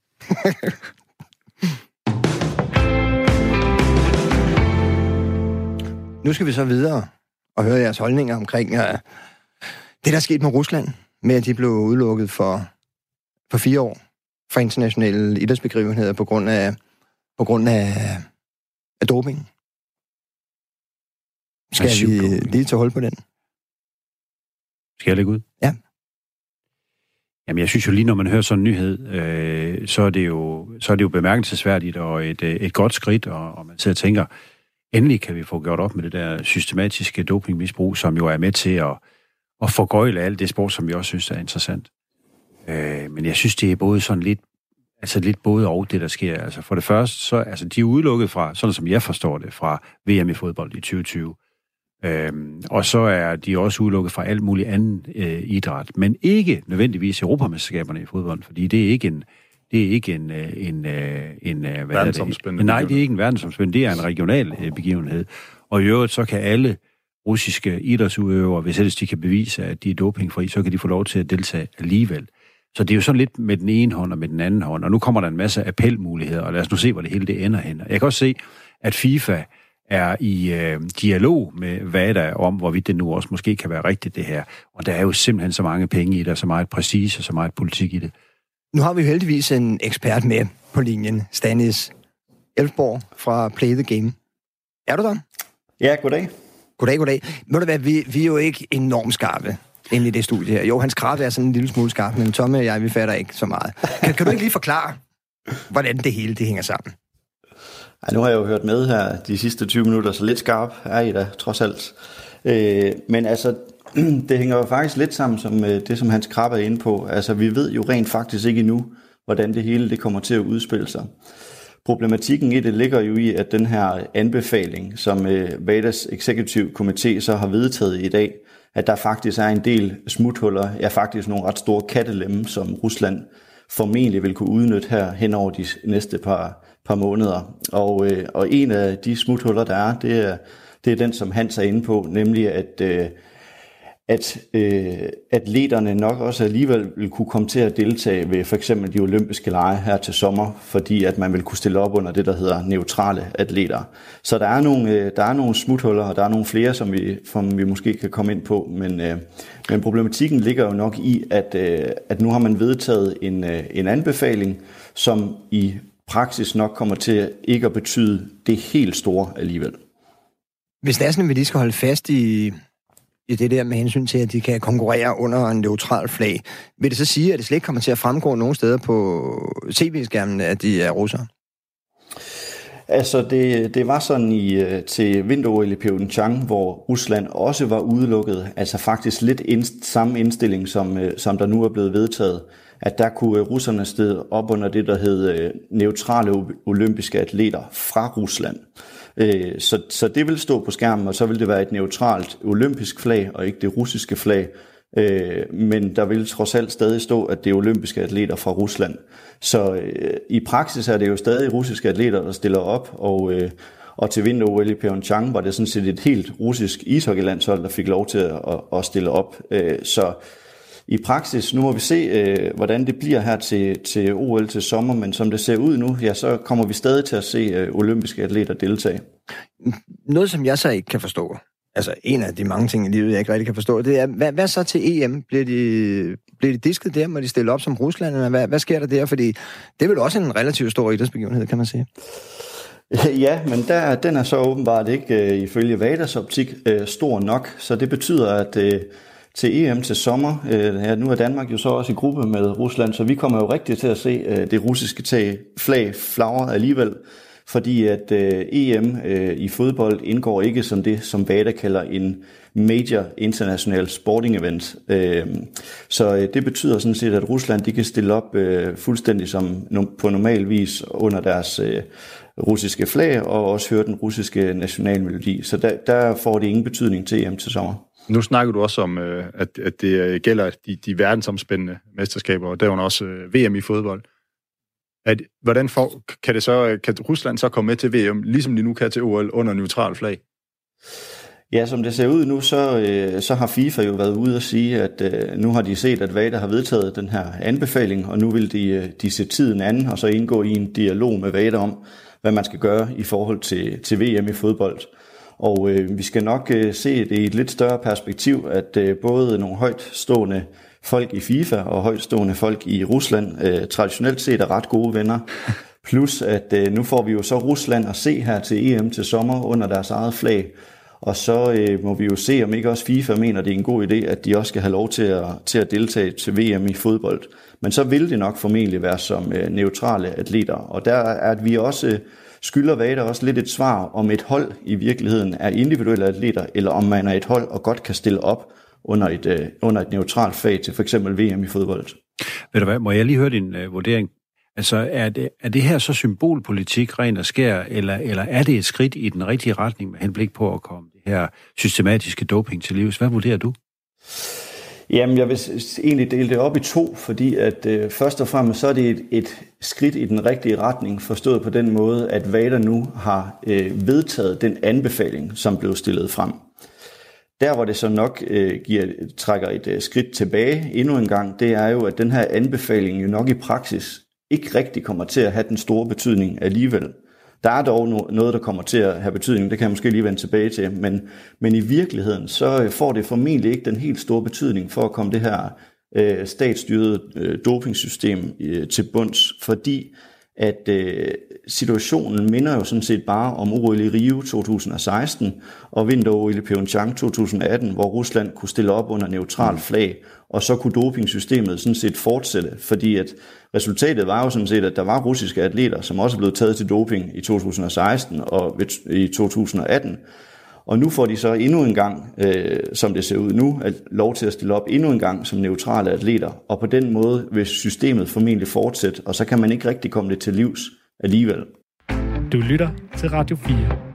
Nu skal vi så videre og høre jeres holdninger omkring det, der er sket med Rusland, med at de blev udelukket for 4 år fra internationale idrætsbegivenheder på grund af doping. Skal vi lige tage hul på den? Skal jeg lægge ud? Ja. Jamen, jeg synes jo lige, når man hører sådan en nyhed, så er det jo bemærkelsesværdigt og et godt skridt, og man sidder og tænker, endelig kan vi få gjort op med det der systematiske dopingmisbrug, som jo er med til at forgøjle alt det sport, som vi også synes er interessant. Men jeg synes, det er både sådan lidt både og det, der sker. Altså for det første, så de er udelukket fra, sådan som jeg forstår det, fra VM i fodbold i 2020. Og så er de også udelukket fra alt muligt anden idræt, men ikke nødvendigvis Europamesterskaberne i fodbold, fordi det er ikke en verdensomspændende. Nej, det er ikke en verdensomspændende, det er en regional begivenhed. Og i øvrigt, så kan alle russiske idrætsudøvere, hvis ellers de kan bevise, at de er dopingfri, så kan de få lov til at deltage alligevel. Så det er jo sådan lidt med den ene hånd og med den anden hånd, og nu kommer der en masse appelmuligheder, og lad os nu se, hvor det hele det ender hen. Jeg kan også se, at FIFA er i dialog med WADA om, hvorvidt det nu også måske kan være rigtigt, det her. Og der er jo simpelthen så mange penge i det, så meget præcis og så meget politik i det. Nu har vi jo heldigvis en ekspert med på linjen, Stanis Elfborg fra Play the Game. Er du der? Ja, goddag. Goddag. Må det være, vi er jo ikke enormt skarpe inde i det studie her. Jo, hans skarpe er sådan en lille smule skarp, men Tomme og jeg, vi fatter ikke så meget. Kan du ikke lige forklare, hvordan det hele det hænger sammen? Ej, nu har jeg jo hørt med her de sidste 20 minutter, så lidt skarp er I da, trods alt. Men altså, det hænger jo faktisk lidt sammen som det, som Hans Krabbe er inde på. Altså, vi ved jo rent faktisk ikke endnu, hvordan det hele det kommer til at udspille sig. Problematikken i det ligger jo i, at den her anbefaling, som WADAs Executive Committee så har vedtaget i dag, at der faktisk er en del smuthuller, ja faktisk nogle ret store kattelemme, som Rusland formentlig vil kunne udnytte her hen over de næste par måneder. Og en af de smuthuller, der er, det er den, som Hans er inde på, nemlig at atleterne nok også alligevel vil kunne komme til at deltage ved for eksempel de olympiske lege her til sommer, fordi at man vil kunne stille op under det, der hedder neutrale atleter. Så der er nogle smuthuller, og der er nogle flere, som vi måske kan komme ind på, men problematikken ligger jo nok i, at nu har man vedtaget en anbefaling, som i praksis nok kommer til ikke at betyde det helt store alligevel. Hvis det er sådan, at vi lige skal holde fast i det der med hensyn til, at de kan konkurrere under en neutral flag, vil det så sige, at det slet ikke kommer til at fremgå nogle steder på tv-skærmen, at de er russere? Altså, det var sådan til vinter-OL i Pyeongchang, hvor Rusland også var udelukket, altså faktisk lidt samme indstilling, som der nu er blevet vedtaget, at der kunne russerne stille op under det, der hed neutrale olympiske atleter fra Rusland. Så det vil stå på skærmen, og så vil det være et neutralt olympisk flag, og ikke det russiske flag. Men der vil trods alt stadig stå, at det er olympiske atleter fra Rusland. Så i praksis er det jo stadig russiske atleter, der stiller op, og til vinter-OL i Pyeongchang var det sådan set et helt russisk ishockeylandshold, der fik lov til at stille op. Så i praksis, nu må vi se, hvordan det bliver her til OL til sommer, men som det ser ud nu, ja, så kommer vi stadig til at se olympiske atleter deltage. Noget, som jeg så ikke kan forstå, altså en af de mange ting i livet, jeg ikke rigtig kan forstå, det er, hvad så til EM? Bliver de disket der, må de stille op som Rusland, eller hvad sker der der? Fordi det er vel også en relativt stor idrætsbegivenhed, kan man sige. Ja, men den er så åbenbart ikke ifølge WADAs optik stor nok, så det betyder, at til EM til sommer, nu er Danmark jo så også i gruppe med Rusland, så vi kommer jo rigtig til at se det russiske flag flagre alligevel, fordi at EM i fodbold indgår ikke som det, som WADA kalder en major international sporting event. Så det betyder sådan set, at Rusland de kan stille op fuldstændig som på normal vis under deres russiske flag, og også høre den russiske nationalmelodi. Så der får det ingen betydning til EM til sommer. Nu snakker du også om, at det gælder de verdensomspændende mesterskaber, og derunder også VM i fodbold. Hvordan kan Rusland så komme med til VM, ligesom de nu kan til OL under neutral flag? Ja, som det ser ud nu, så har FIFA jo været ude at sige, at nu har de set, at WADA har vedtaget den her anbefaling, og nu vil de se tiden anden, og så indgå i en dialog med WADA om, hvad man skal gøre i forhold til VM i fodbold. Og vi skal nok se det i et lidt større perspektiv, at både nogle højtstående folk i FIFA og højtstående folk i Rusland traditionelt set er ret gode venner. Plus at nu får vi jo så Rusland at se her til EM til sommer under deres eget flag. Og så må vi jo se, om ikke også FIFA mener, det er en god idé, at de også skal have lov til at deltage til VM i fodbold. Men så vil det nok formentlig være som neutrale atleter. Og der er at vi også skylder WADA også lidt et svar, om et hold i virkeligheden er individuelle atleter, eller om man er et hold og godt kan stille op under et neutralt fag til for eksempel VM i fodbold. Ved du hvad, må jeg lige høre din vurdering? Altså, er det her så symbolpolitik, ren og skær, eller er det et skridt i den rigtige retning med henblik på at komme det her systematiske doping til livs? Hvad vurderer du? Jamen, jeg vil egentlig dele det op i to, fordi at først og fremmest så er det et skridt i den rigtige retning, forstået på den måde, at WADA nu har vedtaget den anbefaling, som blev stillet frem. Der, hvor det så nok trækker et skridt tilbage endnu en gang, det er jo, at den her anbefaling jo nok i praksis ikke rigtig kommer til at have den store betydning alligevel. Der er dog noget, der kommer til at have betydning, det kan jeg måske lige vende tilbage til, men i virkeligheden, så får det formentlig ikke den helt store betydning for at komme det her statsstyrede dopingsystem til bunds, fordi at situationen minder jo sådan set bare om OL i Rio 2016 og vinter-OL i Pyeongchang 2018, hvor Rusland kunne stille op under neutral flag, og så kunne dopingsystemet sådan set fortsætte, fordi at resultatet var jo sådan set, at der var russiske atleter, som også blev taget til doping i 2016 og i 2018, og nu får de så endnu en gang, som det ser ud nu, lov til at stille op endnu en gang som neutrale atleter, og på den måde vil systemet formentlig fortsætte, og så kan man ikke rigtig komme det til livs alligevel. Du lytter til Radio 4.